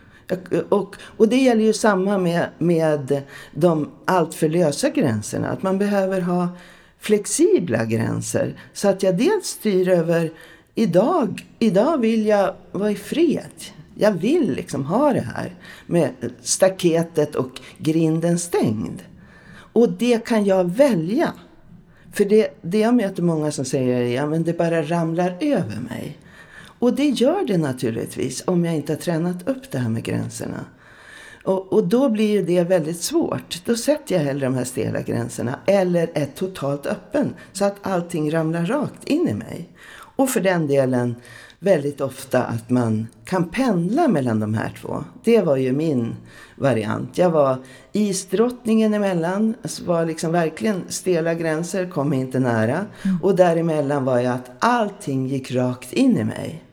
Och det gäller ju samma med de allt för lösa gränserna. Att man behöver ha flexibla gränser. Så att jag dels styr över, idag vill jag vara i fred. Jag vill liksom ha det här med staketet och grinden stängd. Och det kan jag välja. För det jag möter många som säger, men det bara ramlar över mig. Och det gör det naturligtvis om jag inte har tränat upp det här med gränserna. Och då blir ju det väldigt svårt. Då sätter jag hellre de här stela gränserna eller är totalt öppen. Så att allting ramlar rakt in i mig. Och för den delen väldigt ofta att man kan pendla mellan de här 2. Det var ju min variant. Jag var isdrottningen emellan. Var liksom verkligen stela gränser, kom inte nära. Och däremellan var jag att allting gick rakt in i mig.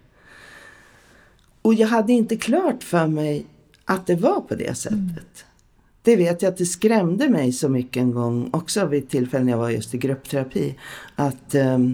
Och jag hade inte klart för mig att det var på det sättet. Det vet jag att det skrämde mig så mycket en gång. Också vid tillfällen jag var just i gruppterapi. Att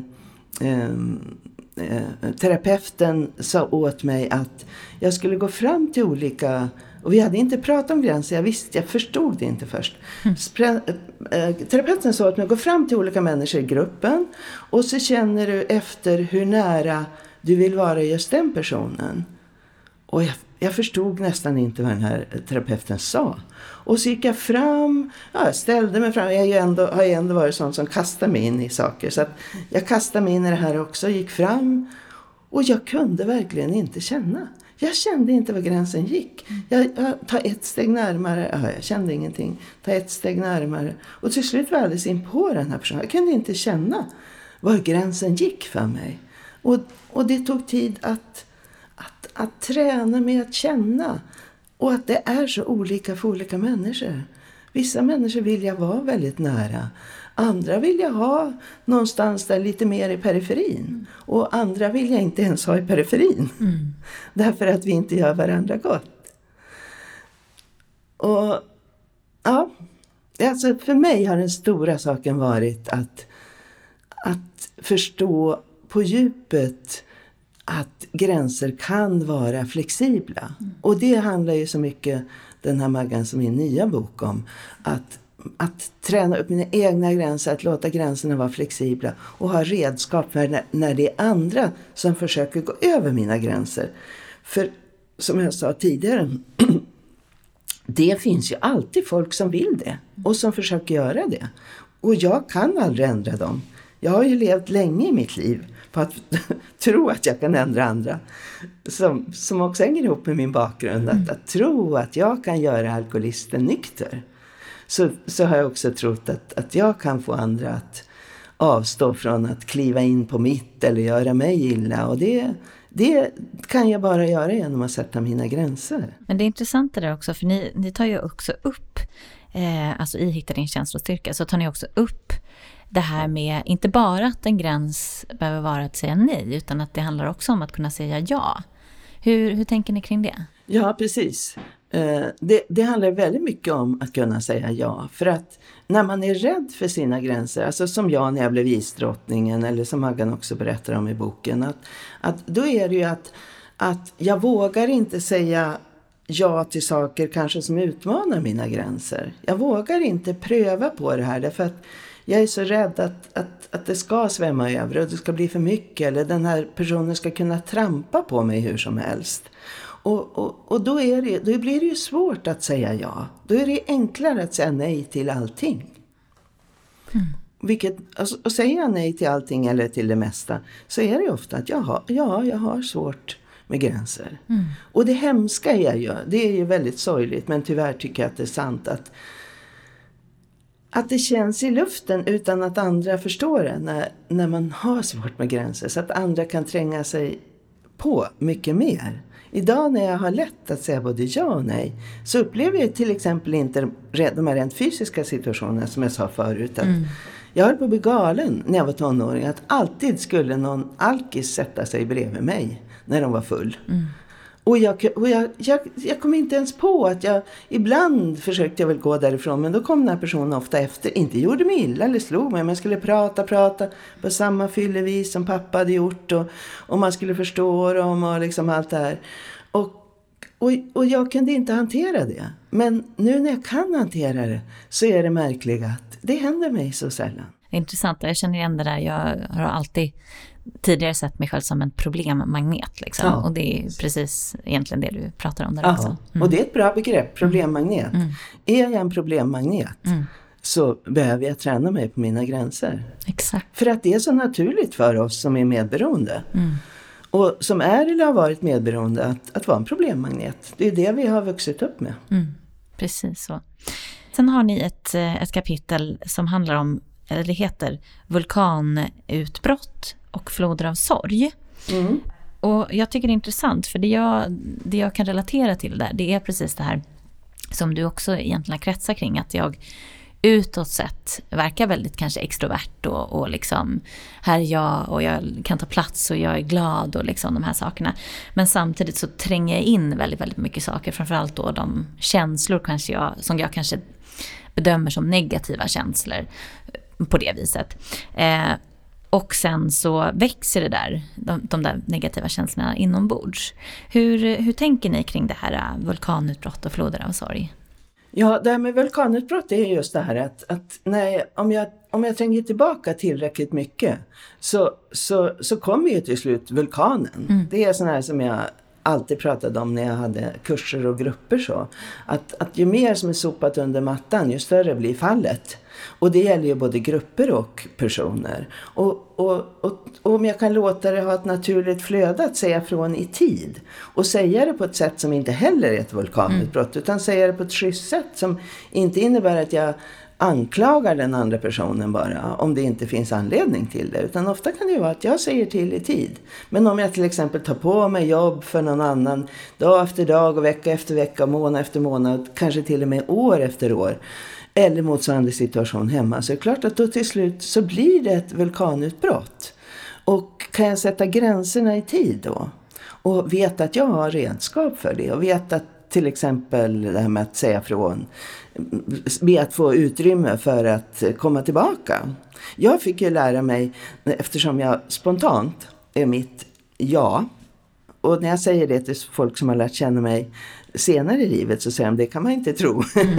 terapeuten sa åt mig att jag skulle gå fram till olika, och vi hade inte pratat om gränser, jag förstod det inte först. Terapeuten sa åt mig att gå fram till olika människor i gruppen och så känner du efter hur nära du vill vara just den personen. Och jag förstod nästan inte vad den här terapeuten sa. Och så gick jag fram, jag ställde mig fram. Jag har ju ändå varit sån som kastar mig in i saker. Så att jag kastade mig in i det här också, gick fram. Och jag kunde verkligen inte känna. Jag kände inte var gränsen gick. Jag tar ett steg närmare, jag kände ingenting. Ta ett steg närmare. Och till slut var jag alldeles in på den här personen. Jag kunde inte känna var gränsen gick för mig. Och det tog tid att träna med att känna. Och att det är så olika för olika människor. Vissa människor vill jag vara väldigt nära. Andra vill jag ha någonstans där lite mer i periferin. Och andra vill jag inte ens ha i periferin. Därför att vi inte gör varandra gott. Och ja, alltså för mig har den stora saken varit att förstå på djupet att gränser kan vara flexibla. Och det handlar ju så mycket den här Maggan som min nya bok om. Att träna upp mina egna gränser, att låta gränserna vara flexibla. Och ha redskap för när det är andra som försöker gå över mina gränser. För som jag sa tidigare, det finns ju alltid folk som vill det och som försöker göra det. Och jag kan aldrig ändra dem. Jag har ju levt länge i mitt liv på att tro att jag kan ändra andra. Som också hänger ihop med min bakgrund. Att tro att jag kan göra alkoholisten nykter. Så har jag också trott att jag kan få andra att avstå från att kliva in på mitt eller göra mig illa. Och det kan jag bara göra genom att sätta mina gränser. Men det är intressant det där också, för ni tar ju också upp, alltså i Hitta din känslostyrka, så tar ni också upp det här med inte bara att en gräns behöver vara att säga nej, utan att det handlar också om att kunna säga ja. Hur tänker ni kring det? Ja, precis. Det handlar väldigt mycket om att kunna säga ja. För att när man är rädd för sina gränser, alltså som jag när jag blev isdrottningen, eller som Maggan också berättar om i boken, att då är det ju att jag vågar inte säga ja till saker kanske som utmanar mina gränser. Jag vågar inte pröva på det här därför att jag är så rädd att det ska svämma över och det ska bli för mycket, eller den här personen ska kunna trampa på mig hur som helst. Och då blir det ju svårt att säga ja. Då är det enklare att säga nej till allting. Och säger jag nej till allting eller till det mesta, så är det ju ofta att jag har svårt med gränser. Och det hemska det är ju väldigt sorgligt, men tyvärr tycker jag att det är sant att det känns i luften utan att andra förstår det när man har svårt med gränser, så att andra kan tränga sig på mycket mer. Idag när jag har lätt att säga både ja och nej, så upplever jag till exempel inte de här rent fysiska situationerna som jag sa förut. Att jag höll på att bli galen när jag var tonåring, att alltid skulle någon alkis sätta sig bredvid mig när de var full. Och jag kom inte ens på att ibland försökte jag väl gå därifrån, men då kom den här personen ofta efter. Inte gjorde mig illa eller slog mig, men jag skulle prata på samma fyllevis som pappa hade gjort. Och man skulle förstå dem och liksom allt det här. Och jag kunde inte hantera det. Men nu när jag kan hantera det, så är det märkligt att det händer mig så sällan. Intressant, jag känner igen det där. Jag har alltid tidigare sett mig själv som en problemmagnet liksom. Och det är precis egentligen det du pratar om där också. Och det är ett bra begrepp, problemmagnet. Är jag en problemmagnet så behöver jag träna mig på mina gränser. Exakt. För att det är så naturligt för oss som är medberoende. Och som är eller har varit medberoende att vara en problemmagnet. Det är det vi har vuxit upp med. Precis så. Sen har ni ett kapitel som handlar om, eller det heter vulkanutbrott och floder av sorg. Och jag tycker det är intressant, för det jag kan relatera till där, det är precis det här som du också egentligen kretsar kring, att jag utåt sett verkar väldigt kanske extrovert och liksom här är jag och jag kan ta plats och jag är glad och liksom de här sakerna. Men samtidigt så tränger jag in väldigt, väldigt mycket saker, framförallt då de känslor som jag kanske bedömer som negativa känslor på det viset. Och sen så växer det där, de där negativa känslorna inombords. Hur tänker ni kring det här vulkanutbrott och floder av sorg? Ja, det här med vulkanutbrott är just det här att om jag tränger tillbaka tillräckligt mycket så kommer ju till slut vulkanen. Det är sån här som jag alltid pratade om när jag hade kurser och grupper så. Att ju mer som är sopat under mattan, ju större blir fallet. Och det gäller ju både grupper och personer. Och om jag kan låta det ha ett naturligt flöde att säga från i tid. Och säga det på ett sätt som inte heller är ett vulkanutbrott. Utan säga det på ett schysst sätt som inte innebär att jag anklagar den andra personen bara om det inte finns anledning till det. Utan ofta kan det ju vara att jag säger till i tid. Men om jag till exempel tar på mig jobb för någon annan dag efter dag och vecka efter vecka, månad efter månad, kanske till och med år efter år, eller motsvarande situation hemma, så är det klart att då till slut så blir det ett vulkanutbrott. Och kan jag sätta gränserna i tid då? Och veta att jag har redskap för det. Och veta att till exempel det här med att säga från, be att få utrymme för att komma tillbaka. Jag fick ju lära mig, eftersom jag spontant är mitt ja. Och när jag säger det till folk som har lärt känna mig senare i livet så säger de, det kan man inte tro.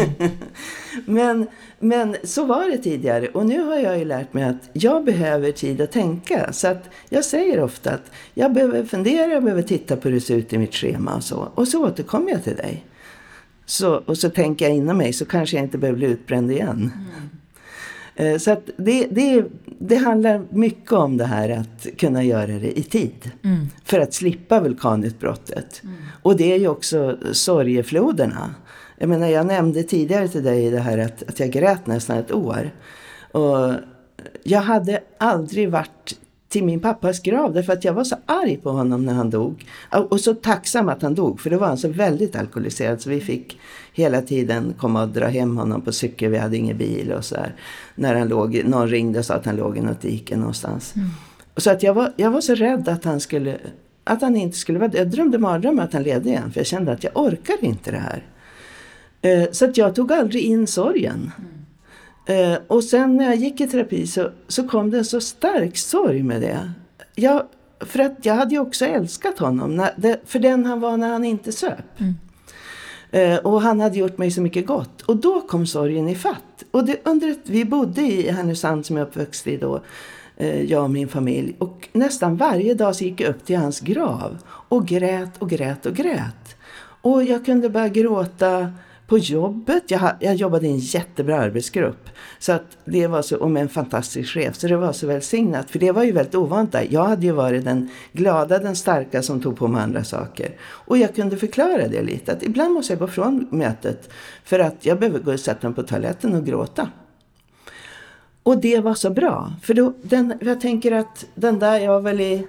Men så var det tidigare. Och nu har jag ju lärt mig att jag behöver tid att tänka. Så att jag säger ofta att jag behöver fundera, jag behöver titta på hur det ser ut i mitt schema och så. Och så återkommer jag till dig. och så tänker jag inom mig så kanske jag inte behöver bli utbränd igen. Så att det handlar mycket om det här att kunna göra det i tid. För att slippa vulkanutbrottet. Och det är ju också sorgefloderna. Jag menar, jag nämnde tidigare till dig det här att jag grät nästan ett år. Och jag hade aldrig varit till min pappas grav därför att jag var så arg på honom när han dog. Och så tacksam att han dog, för det var han så väldigt alkoholiserad så vi fick hela tiden komma och dra hem honom på cykel. Vi hade ingen bil och så här. När han låg, någon ringde och sa att han låg i något dike någonstans. Och så att jag var så rädd att han inte skulle vara. Jag drömde mardrömmar att han levde igen, för jag kände att jag orkar inte det här. Så att jag tog aldrig in sorgen. Och sen när jag gick i terapi så kom det en så stark sorg med det. För att jag hade ju också älskat honom för den han var när han inte söp. Och han hade gjort mig så mycket gott. Och då kom sorgen i fatt. Och vi bodde i Härnösand som jag uppväxt i då. Jag och min familj. Och nästan varje dag så gick jag upp till hans grav. Och grät och grät och grät. Och jag kunde bara gråta på jobbet. Jag jobbade i en jättebra arbetsgrupp. Så att det var så, och med en fantastisk chef. Så det var så välsignat. För det var ju väldigt ovant där. Jag hade ju varit den glada, den starka som tog på mig andra saker. Och jag kunde förklara det lite. Att ibland måste jag gå från mötet. För att jag behöver gå och sätta mig på toaletten och gråta. Och det var så bra. För då, jag tänker att den där, jag var väl i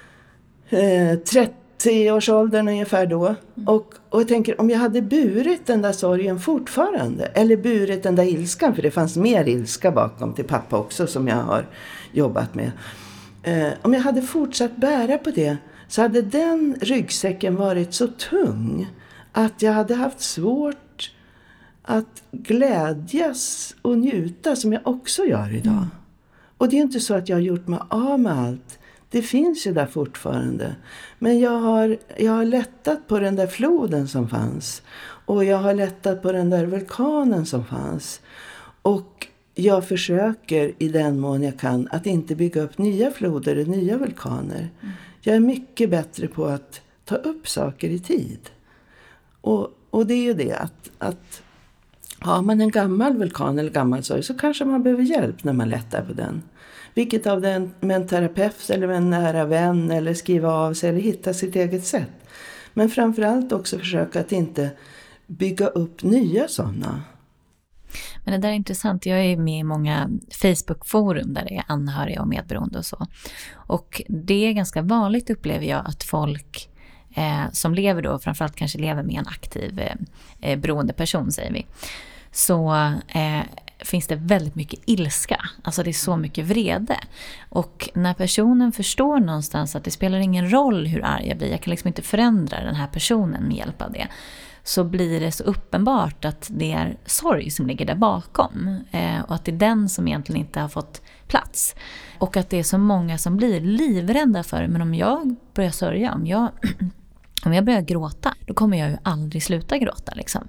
30-årsåldern ungefär då. Och jag tänker, om jag hade burit den där sorgen fortfarande. Eller burit den där ilskan. För det fanns mer ilska bakom till pappa också som jag har jobbat med. Om jag hade fortsatt bära på det. Så hade den ryggsäcken varit så tung. Att jag hade haft svårt att glädjas och njuta som jag också gör idag. Och det är inte så att jag har gjort mig av med allt. Det finns ju där fortfarande. Men jag har lättat på den där floden som fanns. Och jag har lättat på den där vulkanen som fanns. Och jag försöker i den mån jag kan att inte bygga upp nya floder och nya vulkaner. Jag är mycket bättre på att ta upp saker i tid. Och det är ju det att har man en gammal vulkan eller gammal sorg så kanske man behöver hjälp när man lättar på den. Vilket av den med en terapeut eller med en nära vän eller skriva av sig eller hitta sitt eget sätt. Men framförallt också försöka att inte bygga upp nya sådana. Men det där är intressant. Jag är med i många Facebook-forum där det är anhöriga och medberoende och så. Och det är ganska vanligt, upplever jag, att folk som lever då, framförallt kanske lever med en aktiv beroende person, säger vi. Så finns det väldigt mycket ilska. Alltså det är så mycket vrede. Och när personen förstår någonstans att det spelar ingen roll hur arg jag blir, jag kan liksom inte förändra den här personen med hjälp av det, så blir det så uppenbart att det är sorg som ligger där bakom. Och att det är den som egentligen inte har fått plats. Och att det är så många som blir livrädda för det. Men om jag börjar sörja, om jag börjar gråta, då kommer jag ju aldrig sluta gråta. Liksom.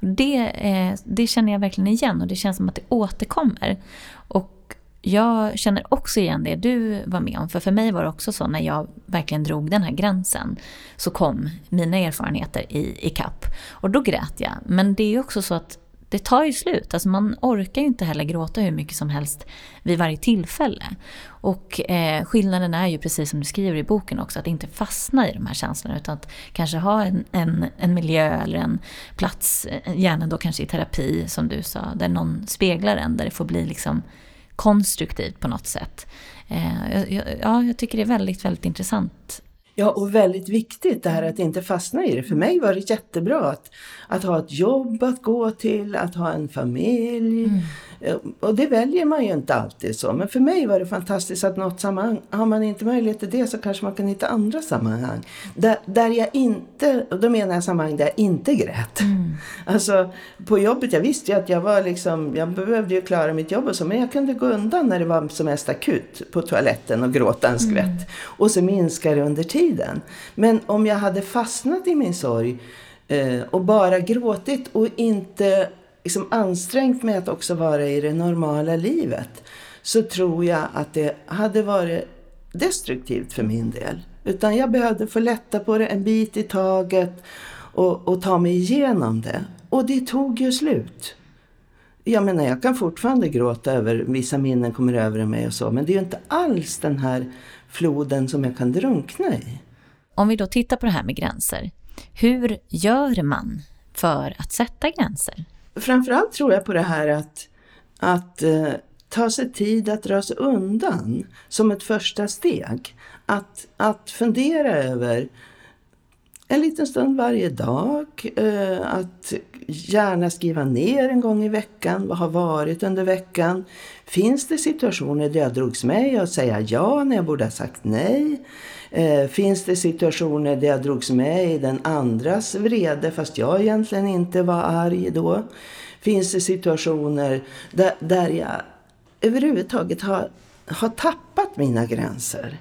Det känner jag verkligen igen, och det känns som att det återkommer. Och jag känner också igen det du var med om. För mig var det också så, när jag verkligen drog den här gränsen, så kom mina erfarenheter i kapp. Och då grät jag. Men det är ju också så att det tar ju slut. Alltså man orkar ju inte heller gråta hur mycket som helst vid varje tillfälle. Och skillnaden är ju, precis som du skriver i boken också, att inte fastna i de här känslorna, utan att kanske ha en miljö eller en plats, gärna då kanske i terapi som du sa, där någon speglar en, där det får bli liksom konstruktivt på något sätt. Jag tycker det är väldigt, väldigt intressant. Ja, och väldigt viktigt det här att inte fastna i det. För mig var det jättebra att ha ett jobb att gå till, att ha en familj. Och det väljer man ju inte alltid så. Men för mig var det fantastiskt att något sammanhang, har man inte möjlighet till det, så kanske man kan hitta andra sammanhang. Där jag inte, och då menar jag sammanhang där jag inte grät. Alltså på jobbet, jag visste ju att jag var liksom, jag behövde ju klara mitt jobb och så, men jag kunde gå undan när det var som mest akut på toaletten och gråta en skvätt. Och så minskar det under tiden. Men om jag hade fastnat i min sorg och bara gråtit och inte liksom ansträngt mig att också vara i det normala livet, så tror jag att det hade varit destruktivt för min del. Utan jag behövde få lätta på det en bit i taget och ta mig igenom det. Och det tog ju slut. Jag menar, jag kan fortfarande gråta över vissa minnen kommer över mig och så. Men det är ju inte alls den här floden som jag kan drunkna i. Om vi då tittar på det här med gränser. Hur gör man för att sätta gränser? Framförallt tror jag på det här att ta sig tid att dra sig undan som ett första steg. Att fundera över en liten stund varje dag. Att gärna skriva ner en gång i veckan. Vad har varit under veckan? Finns det situationer där jag drogs med och säga ja när jag borde ha sagt nej? Finns det situationer där jag drogs med i den andras vrede fast jag egentligen inte var arg då? Finns det situationer där jag överhuvudtaget har tappat mina gränser?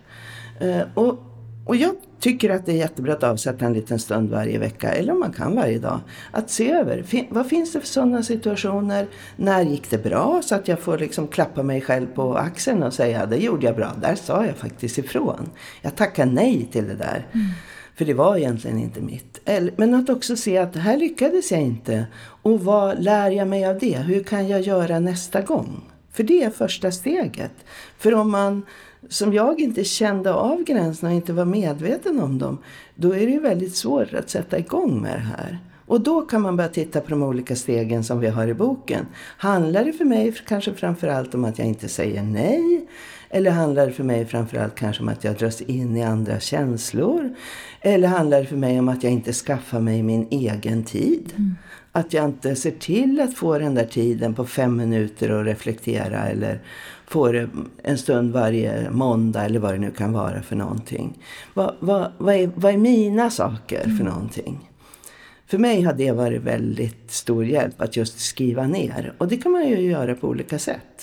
Och jag tycker att det är jättebra att avsätta en liten stund varje vecka, eller om man kan varje dag, att se över vad finns det för sådana situationer, när gick det bra, så att jag får liksom klappa mig själv på axeln och säga det gjorde jag bra, där sa jag faktiskt ifrån. Jag tackar nej till det där, för det var egentligen inte mitt. Men att också se att här lyckades jag inte, och vad lär jag mig av det, hur kan jag göra nästa gång? För det är första steget. För om man, som jag, inte kände av gränserna och inte var medveten om dem, då är det ju väldigt svårt att sätta igång med det här. Och då kan man börja titta på de olika stegen som vi har i boken. Handlar det för mig kanske framförallt om att jag inte säger nej? Eller handlar det för mig framförallt kanske om att jag dras in i andra känslor? Eller handlar det för mig om att jag inte skaffar mig min egen tid? Att jag inte ser till att få den där tiden på 5 minuter och reflektera, eller får en stund varje måndag eller vad det nu kan vara för någonting. Vad är mina saker för någonting? För mig har det varit väldigt stor hjälp att just skriva ner. Och det kan man ju göra på olika sätt.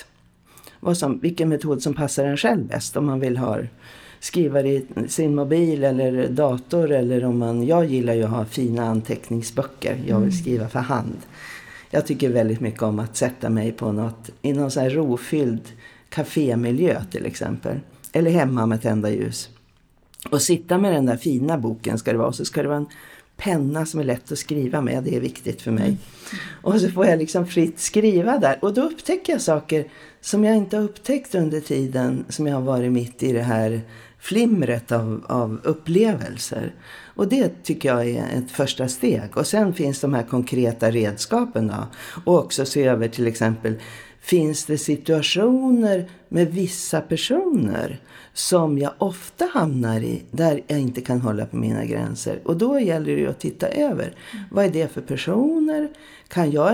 Vilken metod som passar en själv bäst. Om man vill skriva i sin mobil eller dator, eller jag gillar ju att ha fina anteckningsböcker. Jag vill skriva för hand. Jag tycker väldigt mycket om att sätta mig på i någon sån här rofylld kafémiljö till exempel. Eller hemma med tända ljus. Och sitta med den där fina boken ska det vara. Och så ska det vara en penna som är lätt att skriva med. Det är viktigt för mig. Och så får jag liksom fritt skriva där. Och då upptäcker jag saker som jag inte har upptäckt under tiden som jag har varit mitt i det här flimret av upplevelser. Och det tycker jag är ett första steg. Och sen finns de här konkreta redskapen då. Och också se över till exempel, finns det situationer med vissa personer som jag ofta hamnar i där jag inte kan hålla på mina gränser. Och då gäller det ju att titta över. Vad är det för personer? Kan jag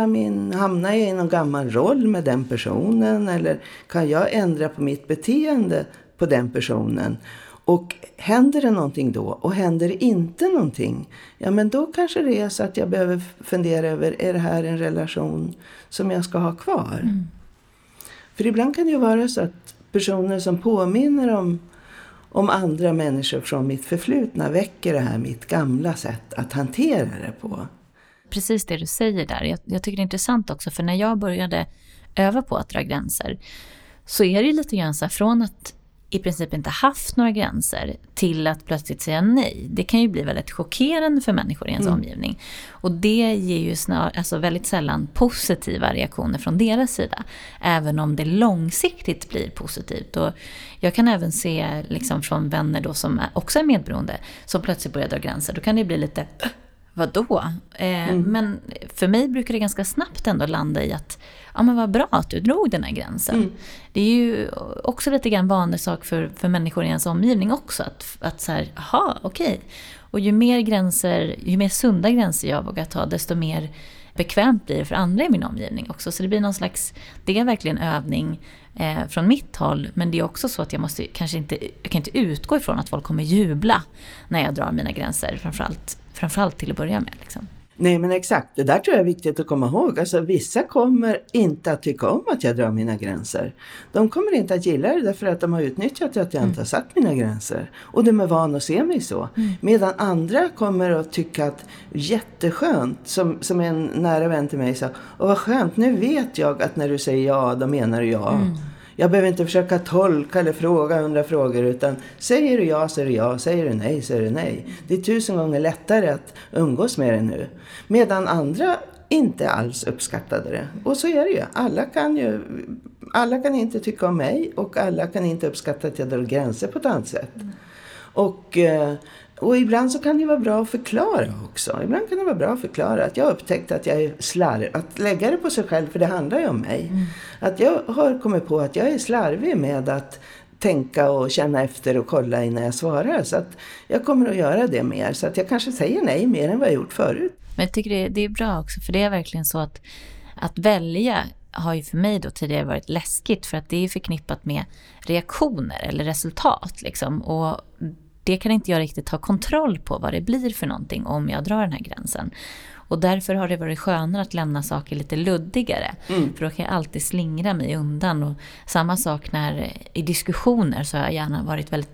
hamna i någon gammal roll med den personen? Eller kan jag ändra på mitt beteende på den personen? Och händer det någonting då? Och händer det inte någonting? Ja, men då kanske det är så att jag behöver fundera över, är det här en relation som jag ska ha kvar? För ibland kan det ju vara så att personer som påminner om andra människor från mitt förflutna väcker det här mitt gamla sätt att hantera det på. Precis det du säger där. Jag tycker det är intressant också, för när jag började öva på att dra gränser så är det lite grann så här, från att i princip inte haft några gränser till att plötsligt säga nej. Det kan ju bli väldigt chockerande för människor i ens omgivning. Och det ger ju väldigt sällan positiva reaktioner från deras sida. Även om det långsiktigt blir positivt. Och jag kan även se liksom från vänner då som också är medberoende som plötsligt börjar dra gränser. Då kan det bli lite, vadå? Men för mig brukar det ganska snabbt ändå landa i att ja, men vad bra att du drog den här gränsen. Det är ju också lite grann vanlig sak för människor i ens omgivning också. Att så här, aha, okej. Och ju mer sunda gränser jag vågar ta, desto mer bekvämt blir det för andra i min omgivning också. Så det blir någon slags, det är verkligen övning från mitt håll. Men det är också så att jag kan inte utgå ifrån att folk kommer jubla när jag drar mina gränser. Framförallt till att börja med liksom. Nej, men exakt. Det där tror jag är viktigt att komma ihåg. Alltså, vissa kommer inte att tycka om att jag drar mina gränser. De kommer inte att gilla det därför att de har utnyttjat att jag inte har satt mina gränser. Och de är vana att se mig så. Medan andra kommer att tycka att jätteskönt, som en nära vän till mig sa, och vad skönt, nu vet jag att när du säger ja, då menar du ja. Jag behöver inte försöka tolka eller fråga 100 frågor, utan säger du ja så är det ja, säger du nej så är det nej. Det är 1000 gånger lättare att umgås med det nu. Medan andra inte alls uppskattade det. Och så är det ju. Alla kan inte tycka om mig, och alla kan inte uppskatta att jag drar gränser på ett annat sätt. Och ibland så kan det vara bra att förklara också. Ibland kan det vara bra att förklara att jag har upptäckt att jag är slarvig. Att lägga det på sig själv, för det handlar ju om mig. Att jag har kommit på att jag är slarvig med att tänka och känna efter och kolla innan jag svarar. Så att jag kommer att göra det mer. Så att jag kanske säger nej mer än vad jag gjort förut. Men jag tycker det är bra också, för det är verkligen så att välja har ju för mig då tidigare varit läskigt, för att det är förknippat med reaktioner eller resultat liksom, och det kan inte jag riktigt ha kontroll på vad det blir för någonting om jag drar den här gränsen. Och därför har det varit skönare att lämna saker lite luddigare. För då kan jag alltid slingra mig undan. Och samma sak när i diskussioner så har jag gärna varit väldigt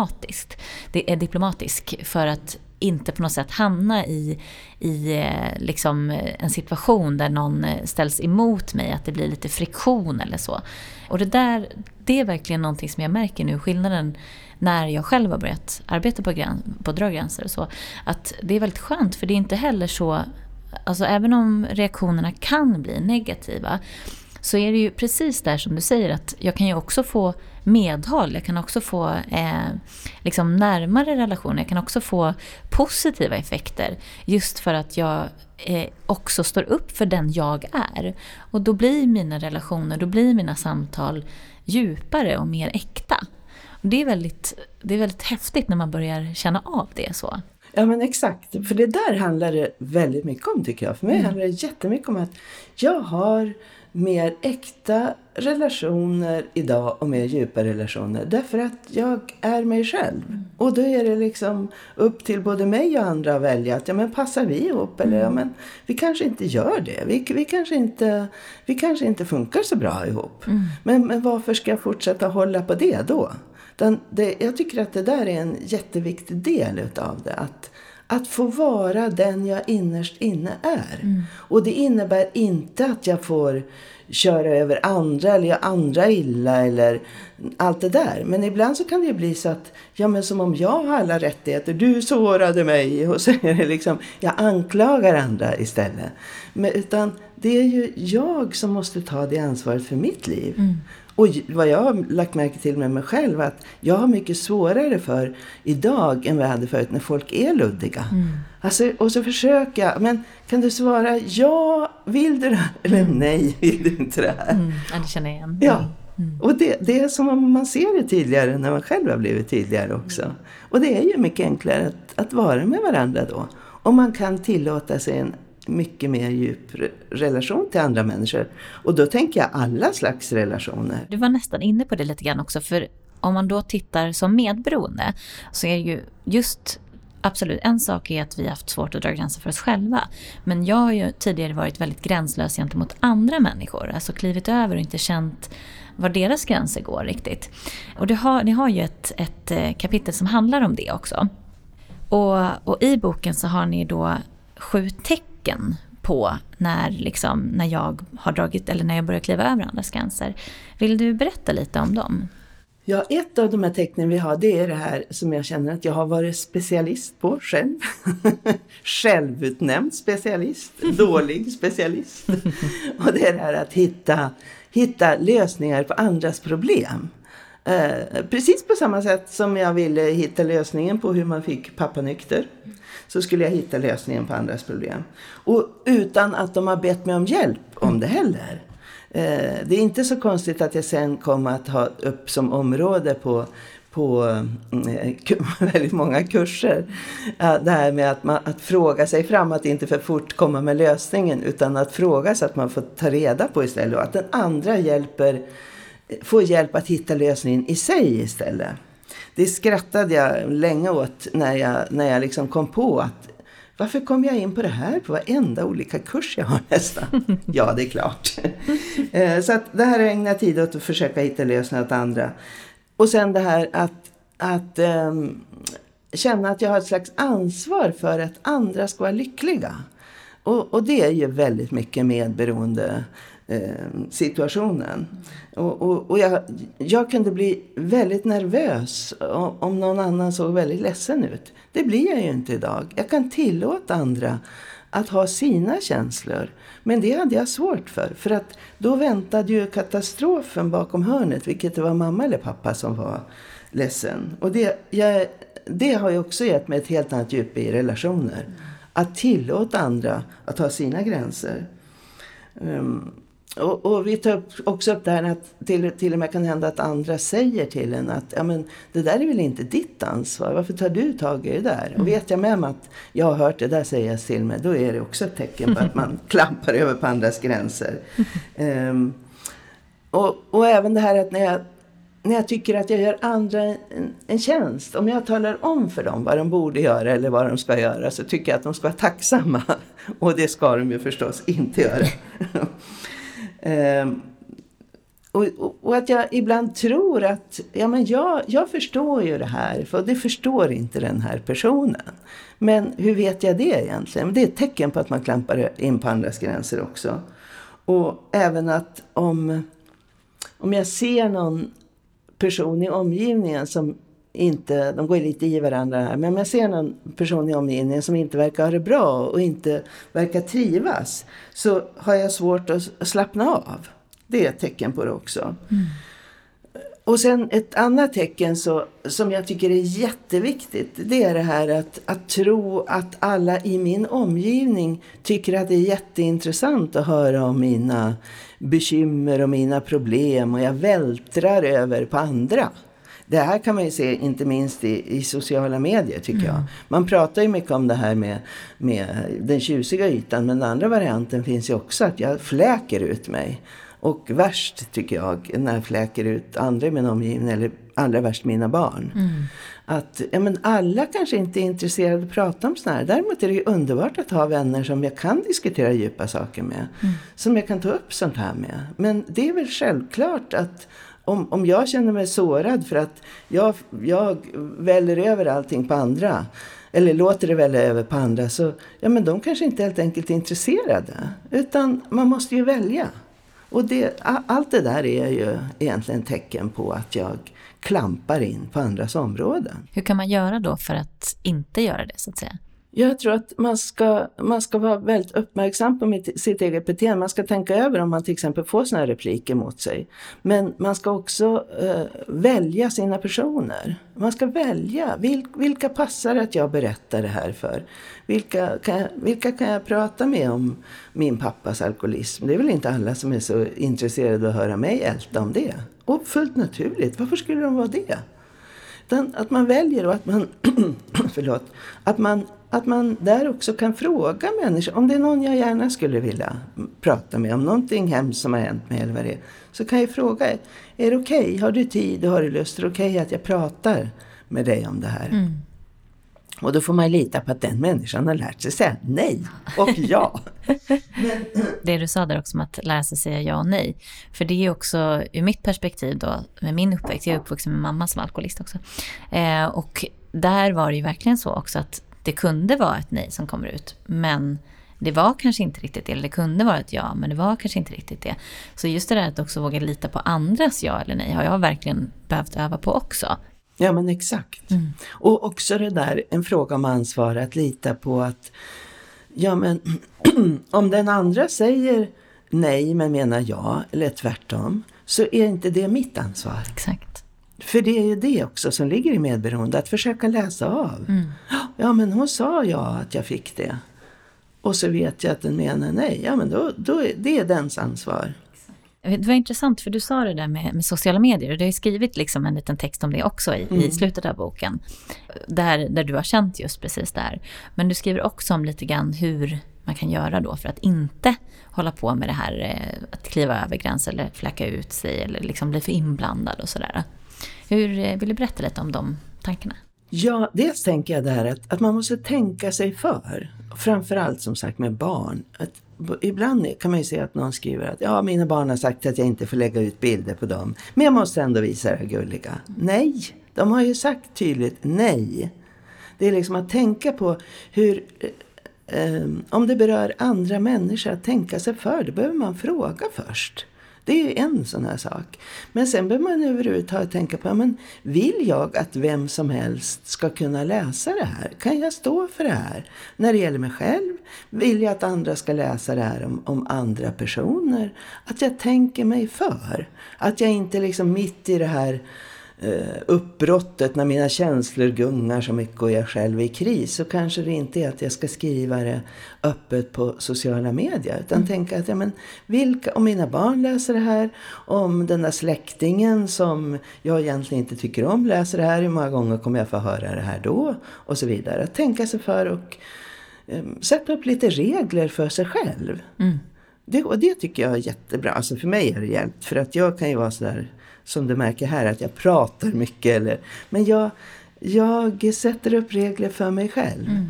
diplomatisk för att inte på något sätt hamna i liksom en situation där någon ställs emot mig, att det blir lite friktion eller så. Och det är verkligen någonting som jag märker nu, skillnaden när jag själv har börjat arbeta på att dra gränser och så, att det är väldigt skönt, för det är inte heller så, alltså även om reaktionerna kan bli negativa, så är det ju precis där som du säger, att jag kan ju också få medhåll, jag kan också få liksom närmare relationer, jag kan också få positiva effekter just för att jag också står upp för den jag är. Och då blir mina relationer, då blir mina samtal djupare och mer äkta. Och det är väldigt häftigt när man börjar känna av det så. Ja, men exakt. För det där handlar det väldigt mycket om, tycker jag. För mig handlar det jättemycket om att jag har mer äkta relationer idag och mer djupa relationer. Därför att jag är mig själv. Och då är det liksom upp till både mig och andra att välja att, ja men passar vi ihop? Eller ja men vi kanske inte gör det. Vi kanske inte funkar så bra ihop. Men varför ska jag fortsätta hålla på det då? Jag tycker att det där är en jätteviktig del utav det. Att få vara den jag innerst inne är. Och det innebär inte att jag får köra över andra eller göra andra illa eller allt det där. Men ibland så kan det ju bli så att, ja men som om jag har alla rättigheter, du sårade mig, och så är det liksom, jag anklagar andra istället. Utan det är ju jag som måste ta det ansvaret för mitt liv. Och vad jag har lagt märke till med mig själv, att jag har mycket svårare för idag än vad jag hade förut när folk är luddiga. Alltså, och så försöker jag, men kan du svara ja, vill du det här? Eller nej, vill du inte det här? Ja, det känner jag igen. Ja, och det är som om man ser det tydligare när man själv har blivit tydligare också. Och det är ju mycket enklare att vara med varandra då. Och man kan tillåta sig en mycket mer djup relation till andra människor. Och då tänker jag alla slags relationer. Du var nästan inne på det lite grann också, för om man då tittar som medberoende så är ju just absolut en sak är att vi har haft svårt att dra gränser för oss själva. Men jag har ju tidigare varit väldigt gränslös gentemot andra människor. Alltså klivit över och inte känt var deras gränser går riktigt. Och ni har ju ett kapitel som handlar om det också. Och i boken så har ni då 7 tecken på när jag har dragit eller när jag börjar kliva över andras gränser. Vill du berätta lite om dem? Ja, ett av de här tecknen vi har, det är det här som jag känner att jag har varit specialist på själv. Självutnämnd specialist, dålig specialist. Och det är det här att hitta lösningar på andras problem. Precis på samma sätt som jag ville hitta lösningen på hur man fick pappa nykter, så skulle jag hitta lösningen på andras problem. Och utan att de har bett mig om hjälp om det heller. Det är inte så konstigt att jag sen kommer att ha upp som område på väldigt många kurser. Det här med att fråga sig fram, att inte för fort komma med lösningen, utan att fråga så att man får ta reda på istället. Och att den andra får hjälp att hitta lösningen i sig istället. Det skrattade jag länge åt när jag liksom kom på att varför kom jag in på det här på varenda olika kurs jag har nästan? Ja, det är klart. Så att det här ägnar tid åt att försöka hitta lösningar åt andra. Och sen det här att känna att jag har ett slags ansvar för att andra ska vara lyckliga. Och det är ju väldigt mycket medberoende situationen. Och jag kunde bli väldigt nervös om någon annan såg väldigt ledsen ut. Det blir jag ju inte idag. Jag kan tillåta andra att ha sina känslor. Men det hade jag svårt för att då väntade ju katastrofen bakom hörnet, vilket det var mamma eller pappa som var ledsen. Och det har ju också gett mig ett helt annat djup i relationer. Att tillåta andra att ha sina gränser. Och vi tar också upp det här att till och med kan hända att andra säger till en att ja, men det där är väl inte ditt ansvar. Varför tar du tag i det där? Och vet jag med mig att jag har hört det där sägas till mig, då är det också ett tecken på att man klampar över på andras gränser. Och även det här att när jag tycker att jag gör andra en tjänst, om jag talar om för dem vad de borde göra eller vad de ska göra, så tycker jag att de ska vara tacksamma. Och det ska de ju förstås inte göra. Och att jag ibland tror att ja, men jag förstår ju det här, för det förstår inte den här personen. Men hur vet jag det egentligen? Det är ett tecken på att man klampar in på andras gränser också. Och även att om jag ser någon person i omgivningen som inte, de går lite i varandra här, men om jag ser någon person i omgivningen som inte verkar ha det bra och inte verkar trivas, så har jag svårt att slappna av. Det är ett tecken på det också. Och sen ett annat tecken som jag tycker är jätteviktigt, det är det här att tro att alla i min omgivning tycker att det är jätteintressant att höra om mina bekymmer och mina problem, och jag vältrar över på andra. Det här kan man ju se inte minst i sociala medier, tycker jag. Man pratar ju mycket om det här med den tjusiga ytan, men den andra varianten finns ju också, att jag fläker ut mig. Och värst tycker jag när jag fläker ut andra i min omgivning, eller allra värst mina barn. Att ja, men alla kanske inte är intresserade att prata om sådana här. Däremot är det ju underbart att ha vänner som jag kan diskutera djupa saker med. Som jag kan ta upp sånt här med. Men det är väl självklart att om jag känner mig sårad för att jag väller över allting på andra, eller låter det välla över på andra, så ja, men de kanske inte helt enkelt är intresserade. Utan man måste ju välja. Och allt det där är ju egentligen tecken på att jag klampar in på andras områden. Hur kan man göra då för att inte göra det, så att säga? Jag tror att man ska vara väldigt uppmärksam på sitt eget beteende. Man ska tänka över om man till exempel får såna här repliker mot sig. Men man ska också välja sina personer. Man ska välja vilka passar att jag berättar det här för. Vilka kan jag prata med om min pappas alkoholism? Det är väl inte alla som är så intresserade att höra mig älta om det. Och fullt naturligt, varför skulle de vara det? Att man väljer, och att man att man där också kan fråga människor. Om det är någon jag gärna skulle vilja prata med, om någonting hemskt som har hänt med eller vad det är, så kan jag fråga, är det okej? Har du tid och har du lust? Är det okej att jag pratar med dig om det här? Och då får man lita på att den människan har lärt sig säga nej och ja. Det du sa där också om att lära sig säga ja och nej. För det är också, ur mitt perspektiv då, med min uppväxt, jag är uppvuxen med mamma som alkoholist också. Och där var det ju verkligen så också att det kunde vara ett nej som kommer ut. Men det var kanske inte riktigt det. Eller det kunde vara ett ja, men det var kanske inte riktigt det. Så just det där att också våga lita på andras ja eller nej har jag verkligen behövt öva på också. Ja, men exakt. Och också det där, en fråga om ansvar, att lita på att ja, men om den andra säger nej men menar ja, eller tvärtom, så är inte det mitt ansvar. Exakt. För det är ju det också som ligger i medberoende, att försöka läsa av. Ja, men hon sa ja att jag fick det. Och så vet jag att den menar nej. Ja, men då är det dens ansvar. Det var intressant, för du sa det där med sociala medier. Du har ju skrivit liksom en liten text om det också i slutet av boken. Där du har känt just precis där. Men du skriver också om lite grann hur man kan göra då för att inte hålla på med det här att kliva över gränser eller fläcka ut sig eller liksom bli för inblandad och sådär. Vill du berätta lite om de tankarna? Ja, dels tänker jag där att man måste tänka sig för. Framförallt som sagt med barn. Ibland kan man ju se att någon skriver att ja, mina barn har sagt att jag inte får lägga ut bilder på dem. Men jag måste ändå visa det gulliga. Nej, de har ju sagt tydligt nej. Det är liksom att tänka på hur om det berör andra människor att tänka sig för, det behöver man fråga först. Det är ju en sån här sak. Men sen behöver man överhuvudtaget tänka på, men vill jag att vem som helst ska kunna läsa det här? Kan jag stå för det här? När det gäller mig själv, vill jag att andra ska läsa det här om andra personer? Att jag tänker mig för. Att jag inte liksom mitt i det här uppbrottet när mina känslor gungar så mycket och jag själv är i kris, så kanske det inte är att jag ska skriva det öppet på sociala medier, utan tänka att om mina barn läser det här, om den där släktingen som jag egentligen inte tycker om läser det här, hur många gånger kommer jag få höra det här då, och så vidare. Att tänka sig för och sätta upp lite regler för sig själv. Det tycker jag är jättebra. Alltså för mig är det hjälpt, för att jag kan ju vara så där, som du märker här, att jag pratar mycket. Men jag sätter upp regler för mig själv.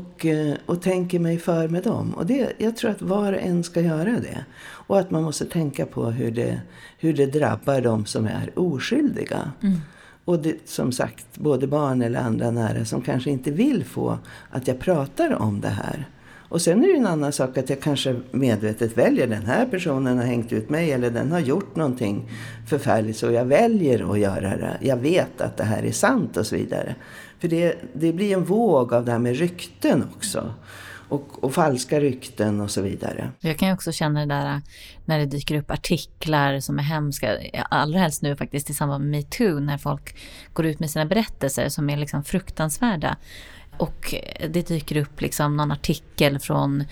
Och tänker mig för med dem. Och jag tror att var och en ska göra det. Och att man måste tänka på hur det drabbar de som är oskyldiga. Och det, som sagt, både barn eller andra nära som kanske inte vill få att jag pratar om det här. Och sen är det en annan sak att jag kanske medvetet väljer, den här personen har hängt ut mig eller den har gjort någonting förfärligt, så jag väljer att göra det. Jag vet att det här är sant och så vidare. För det blir en våg av det här med rykten också. Och falska rykten och så vidare. Jag kan ju också känna det där när det dyker upp artiklar som är hemska. Allra helst nu faktiskt i samband med MeToo, när folk går ut med sina berättelser som är liksom fruktansvärda. Och det dyker upp liksom någon artikel från,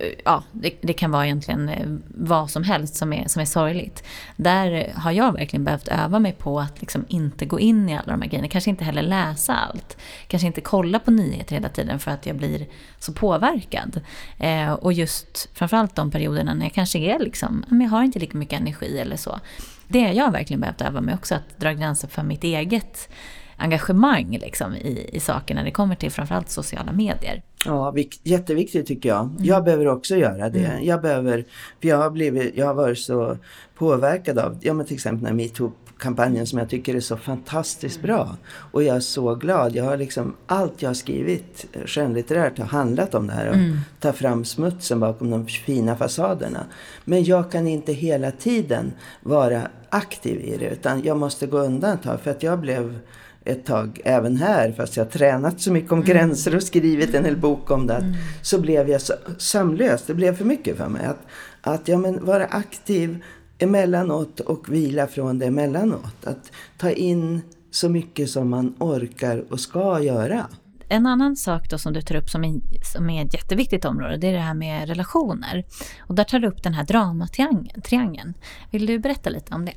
det kan vara egentligen vad som helst som är sorgligt. Där har jag verkligen behövt öva mig på att liksom inte gå in i alla de här grejerna. Kanske inte heller läsa allt. Kanske inte kolla på nyheter hela tiden för att jag blir så påverkad. Och just framförallt de perioderna när jag kanske är liksom, jag har inte lika mycket energi eller så. Det har jag verkligen behövt öva mig också, att dra gränser för mitt eget engagemang liksom i saker när det kommer till framförallt sociala medier. Ja, jätteviktigt tycker jag. Jag behöver också göra det. Jag har varit så påverkad av, till exempel den MeToo-kampanjen som jag tycker är så fantastiskt bra. Och jag är så glad. Jag har liksom, allt jag har skrivit skönlitterärt har handlat om det här. Och ta fram smutsen bakom de fina fasaderna. Men jag kan inte hela tiden vara aktiv i det, utan jag måste gå undan för att jag blev ett tag, även här, fast jag har tränat så mycket om gränser och skrivit en hel bok om det, så blev jag så sömnlös. Det blev för mycket för mig att vara aktiv emellanåt och vila från det emellanåt. Att ta in så mycket som man orkar och ska göra. En annan sak då som du tar upp som är ett jätteviktigt område, det är det här med relationer. Och där tar du upp den här dramatriangeln. Vill du berätta lite om det?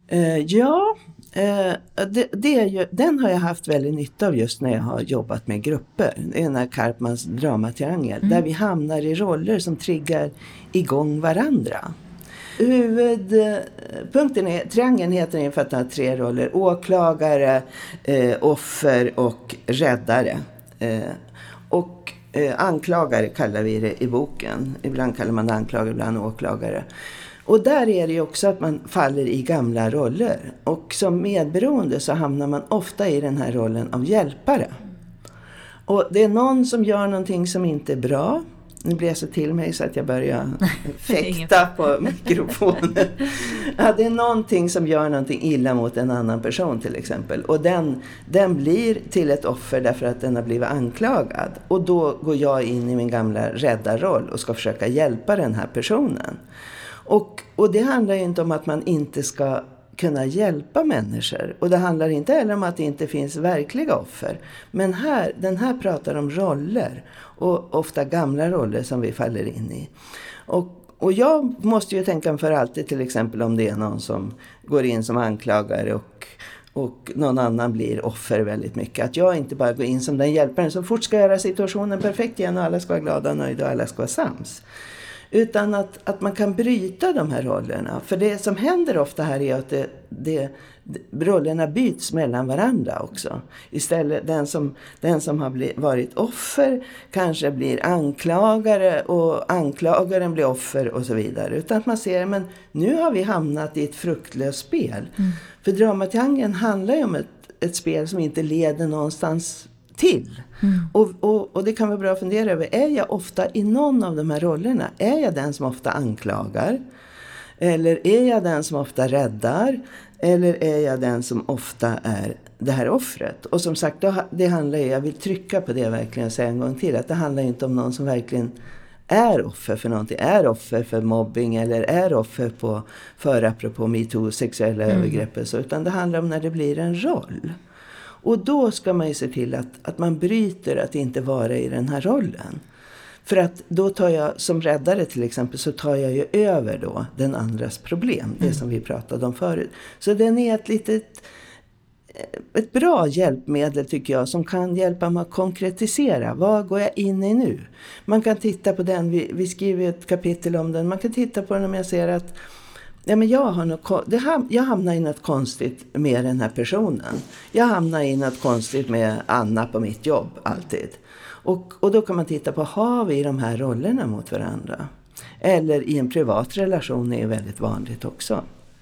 Den har jag haft väldigt nytta av just när jag har jobbat med grupper. Det är den här Karpmans dramatriangel. Där vi hamnar i roller som triggar igång varandra. Huvudpunkten är, triangeln heter den för att ha 3 roller. Åklagare, offer och räddare. Och anklagare kallar vi det i boken. Ibland kallar man det anklagare, ibland åklagare. Och där är det ju också att man faller i gamla roller. Och som medberoende så hamnar man ofta i den här rollen av hjälpare. Och det är någon som gör någonting som inte är bra. Nu blir jag så till mig så att jag börjar fäkta på mikrofonen. Ja, det är någonting som gör någonting illa mot en annan person till exempel. Och den blir till ett offer därför att den har blivit anklagad. Och då går jag in i min gamla räddarroll och ska försöka hjälpa den här personen. Och det handlar ju inte om att man inte ska kunna hjälpa människor. Och det handlar inte heller om att det inte finns verkliga offer. Men den här pratar om roller. Och ofta gamla roller som vi faller in i. Och jag måste ju tänka för alltid, till exempel om det är någon som går in som anklagare och någon annan blir offer väldigt mycket. Att jag inte bara går in som den hjälparen som fort ska göra situationen perfekt igen och alla ska vara glada och nöjda och alla ska vara sams. Utan att man kan bryta de här rollerna. För det som händer ofta här är att rollerna byts mellan varandra också. Istället den som har varit offer kanske blir anklagare och anklagaren blir offer och så vidare. Utan att man ser, men nu har vi hamnat i ett fruktlöst spel. För dramatriangeln handlar ju om ett spel som inte leder någonstans till. Och det kan vara bra att fundera över, är jag ofta i någon av de här rollerna? Är jag den som ofta anklagar? Eller är jag den som ofta räddar? Eller är jag den som ofta är det här offret? Och som sagt, det handlar ju, jag vill trycka på det verkligen och säga en gång till, att det handlar inte om någon som verkligen är offer för någonting, är offer för mobbing eller är offer för apropå MeToo, sexuella övergrepp, så, utan det handlar om när det blir en roll. Och då ska man ju se till att man bryter att inte vara i den här rollen. För att då tar jag, som räddare till exempel, så tar jag ju över då den andras problem, det som vi pratade om förut. Så den är ett bra hjälpmedel tycker jag, som kan hjälpa mig att konkretisera. Vad går jag in i nu? Man kan titta på den, vi skriver ett kapitel om den, man kan titta på den om jag ser att jag hamnar i något konstigt med den här personen. Jag hamnar i något konstigt med Anna på mitt jobb alltid. Och då kan man titta på, har vi de här rollerna mot varandra? Eller i en privat relation är väldigt vanligt också.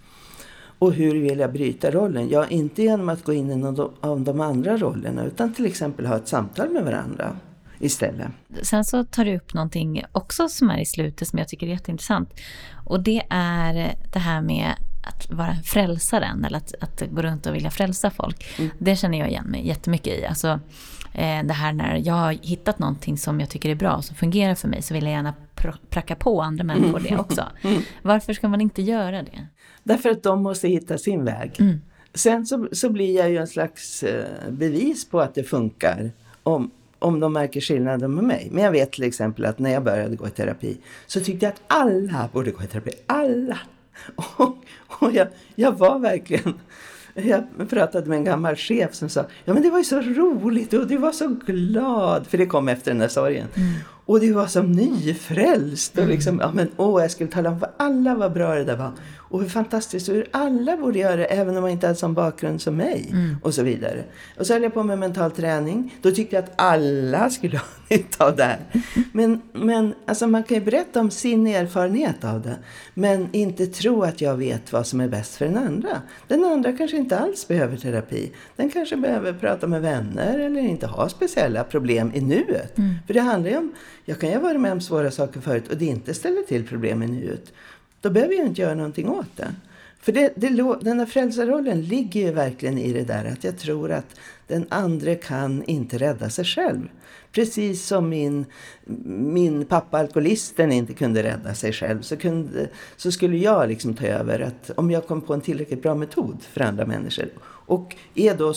Och hur vill jag bryta rollen? Ja, inte genom att gå in i någon av de andra rollerna, utan till exempel ha ett samtal med varandra istället. Sen så tar du upp någonting också som är i slutet som jag tycker är jätteintressant. Och det är det här med att vara frälsaren, eller att gå runt och vilja frälsa folk. Det känner jag igen mig jättemycket i. Alltså det här när jag har hittat någonting som jag tycker är bra, som fungerar för mig, så vill jag gärna pracka på andra människor det också. Varför ska man inte göra det? Därför att de måste hitta sin väg. Sen så blir jag ju en slags bevis på att det funkar om de märker skillnaden med mig. Men jag vet till exempel att när jag började gå i terapi så tyckte jag att alla borde gå i terapi. Alla! Och jag var verkligen... Jag pratade med en gammal chef som sa, ja men det var ju så roligt och du var så glad, för det kom efter den där sorgen. Och du var så nyfrälst och liksom, jag skulle tala om för alla vad bra det där var. Och hur fantastiskt, hur alla borde göra det, även om man inte hade sån bakgrund som mig. Och så vidare. Och så höll jag på med mental träning. Då tyckte jag att alla skulle ha nytta av det här. Men alltså man kan ju berätta om sin erfarenhet av det. Men inte tro att jag vet vad som är bäst för den andra. Den andra kanske inte alls behöver terapi. Den kanske behöver prata med vänner eller inte ha speciella problem i nuet. För det handlar ju om, jag kan ju vara med om svåra saker förut och det inte ställer till problem i nuet. Då behöver jag inte göra någonting åt det. För den här frälsarrollen ligger ju verkligen i det där att jag tror att den andra kan inte rädda sig själv. Precis som min pappa alkoholisten inte kunde rädda sig själv, så skulle jag liksom ta över, att om jag kom på en tillräckligt bra metod för andra människor och är då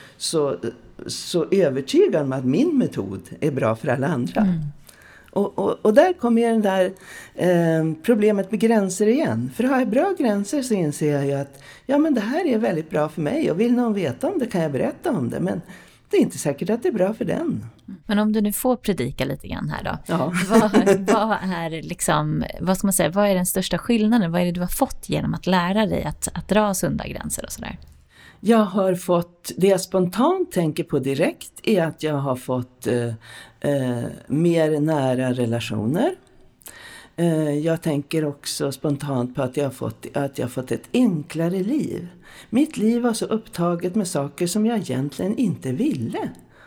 så övertygad om att min metod är bra för alla andra. Och där kommer den där problemet med gränser igen. För har jag bra gränser så inser jag ju att men det här är väldigt bra för mig. Och vill någon veta om det kan jag berätta om det. Men det är inte säkert att det är bra för den. Men om du nu får predika lite grann här då. Ja. Vad är liksom, vad ska man säga, vad är den största skillnaden? Vad är det du har fått genom att lära dig att dra sunda gränser och sådär? Jag har fått, det jag spontant tänker på direkt är att jag har fått mer nära relationer. Jag tänker också spontant på att jag har fått ett enklare liv. Mitt liv var så upptaget med saker som jag egentligen inte ville.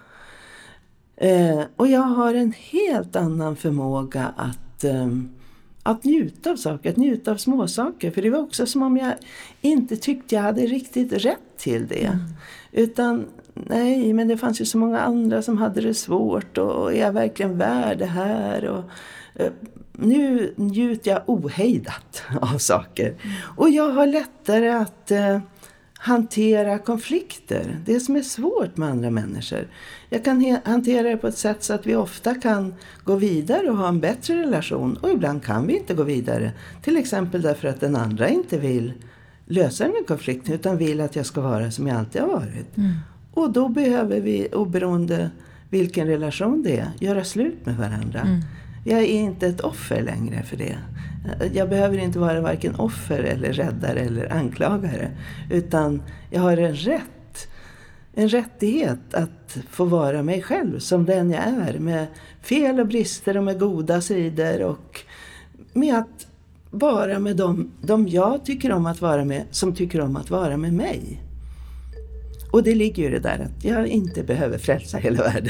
Och jag har en helt annan förmåga att njuta av saker, att njuta av små saker. För det var också som om jag inte tyckte jag hade riktigt rätt till det. Utan nej, men det fanns ju så många andra som hade det svårt. Och är jag verkligen värd det här? Och nu njuter jag ohejdat av saker. Och jag har lättare att hantera konflikter. Det som är svårt med andra människor. Jag kan hantera det på ett sätt så att vi ofta kan gå vidare och ha en bättre relation. Och ibland kan vi inte gå vidare. Till exempel därför att den andra inte vill lösa den konflikten utan vill att jag ska vara som jag alltid har varit. Och då behöver vi, oberoende vilken relation det är, göra slut med varandra. Jag är inte ett offer längre för det. Jag behöver inte vara varken offer eller räddare eller anklagare. Utan jag har en rättighet att få vara mig själv som den jag är. Med fel och brister och med goda sidor. Och med att vara med de jag tycker om att vara med, som tycker om att vara med mig. Och det ligger ju det där att jag inte behöver frälsa hela världen.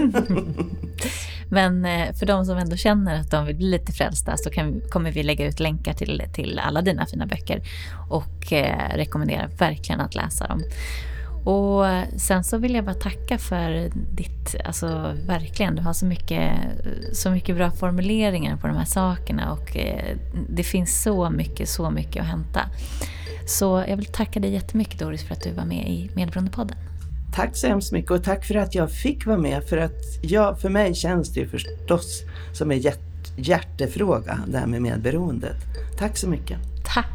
Men för de som ändå känner att de vill bli lite frälsta så kommer vi lägga ut länkar till alla dina fina böcker och rekommenderar verkligen att läsa dem. Och sen så vill jag bara tacka för ditt, alltså verkligen, du har så mycket bra formuleringar på de här sakerna och det finns så mycket att hämta. Så jag vill tacka dig jättemycket, Doris, för att du var med i Medberoendepodden. Tack så hemskt mycket och tack för att jag fick vara med, för mig känns det ju förstås som en hjärtefråga det här med medberoendet. Tack så mycket. Tack.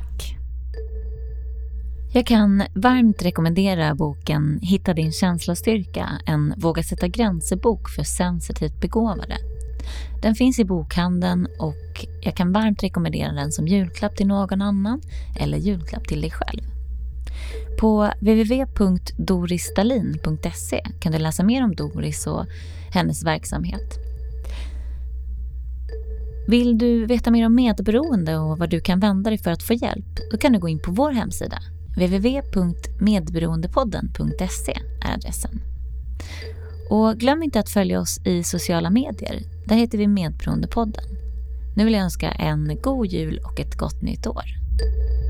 Jag kan varmt rekommendera boken Hitta din känslostyrka, en våga sätta gränser-bok för sensitivt begåvade. Den finns i bokhandeln och jag kan varmt rekommendera den som julklapp till någon annan eller julklapp till dig själv. På www.dorisstalin.se kan du läsa mer om Doris och hennes verksamhet. Vill du veta mer om medberoende och vad du kan vända dig för att få hjälp, då kan du gå in på vår hemsida. www.medberoendepodden.se är adressen. Och glöm inte att följa oss i sociala medier. Där heter vi Medberoendepodden. Nu vill jag önska en god jul och ett gott nytt år.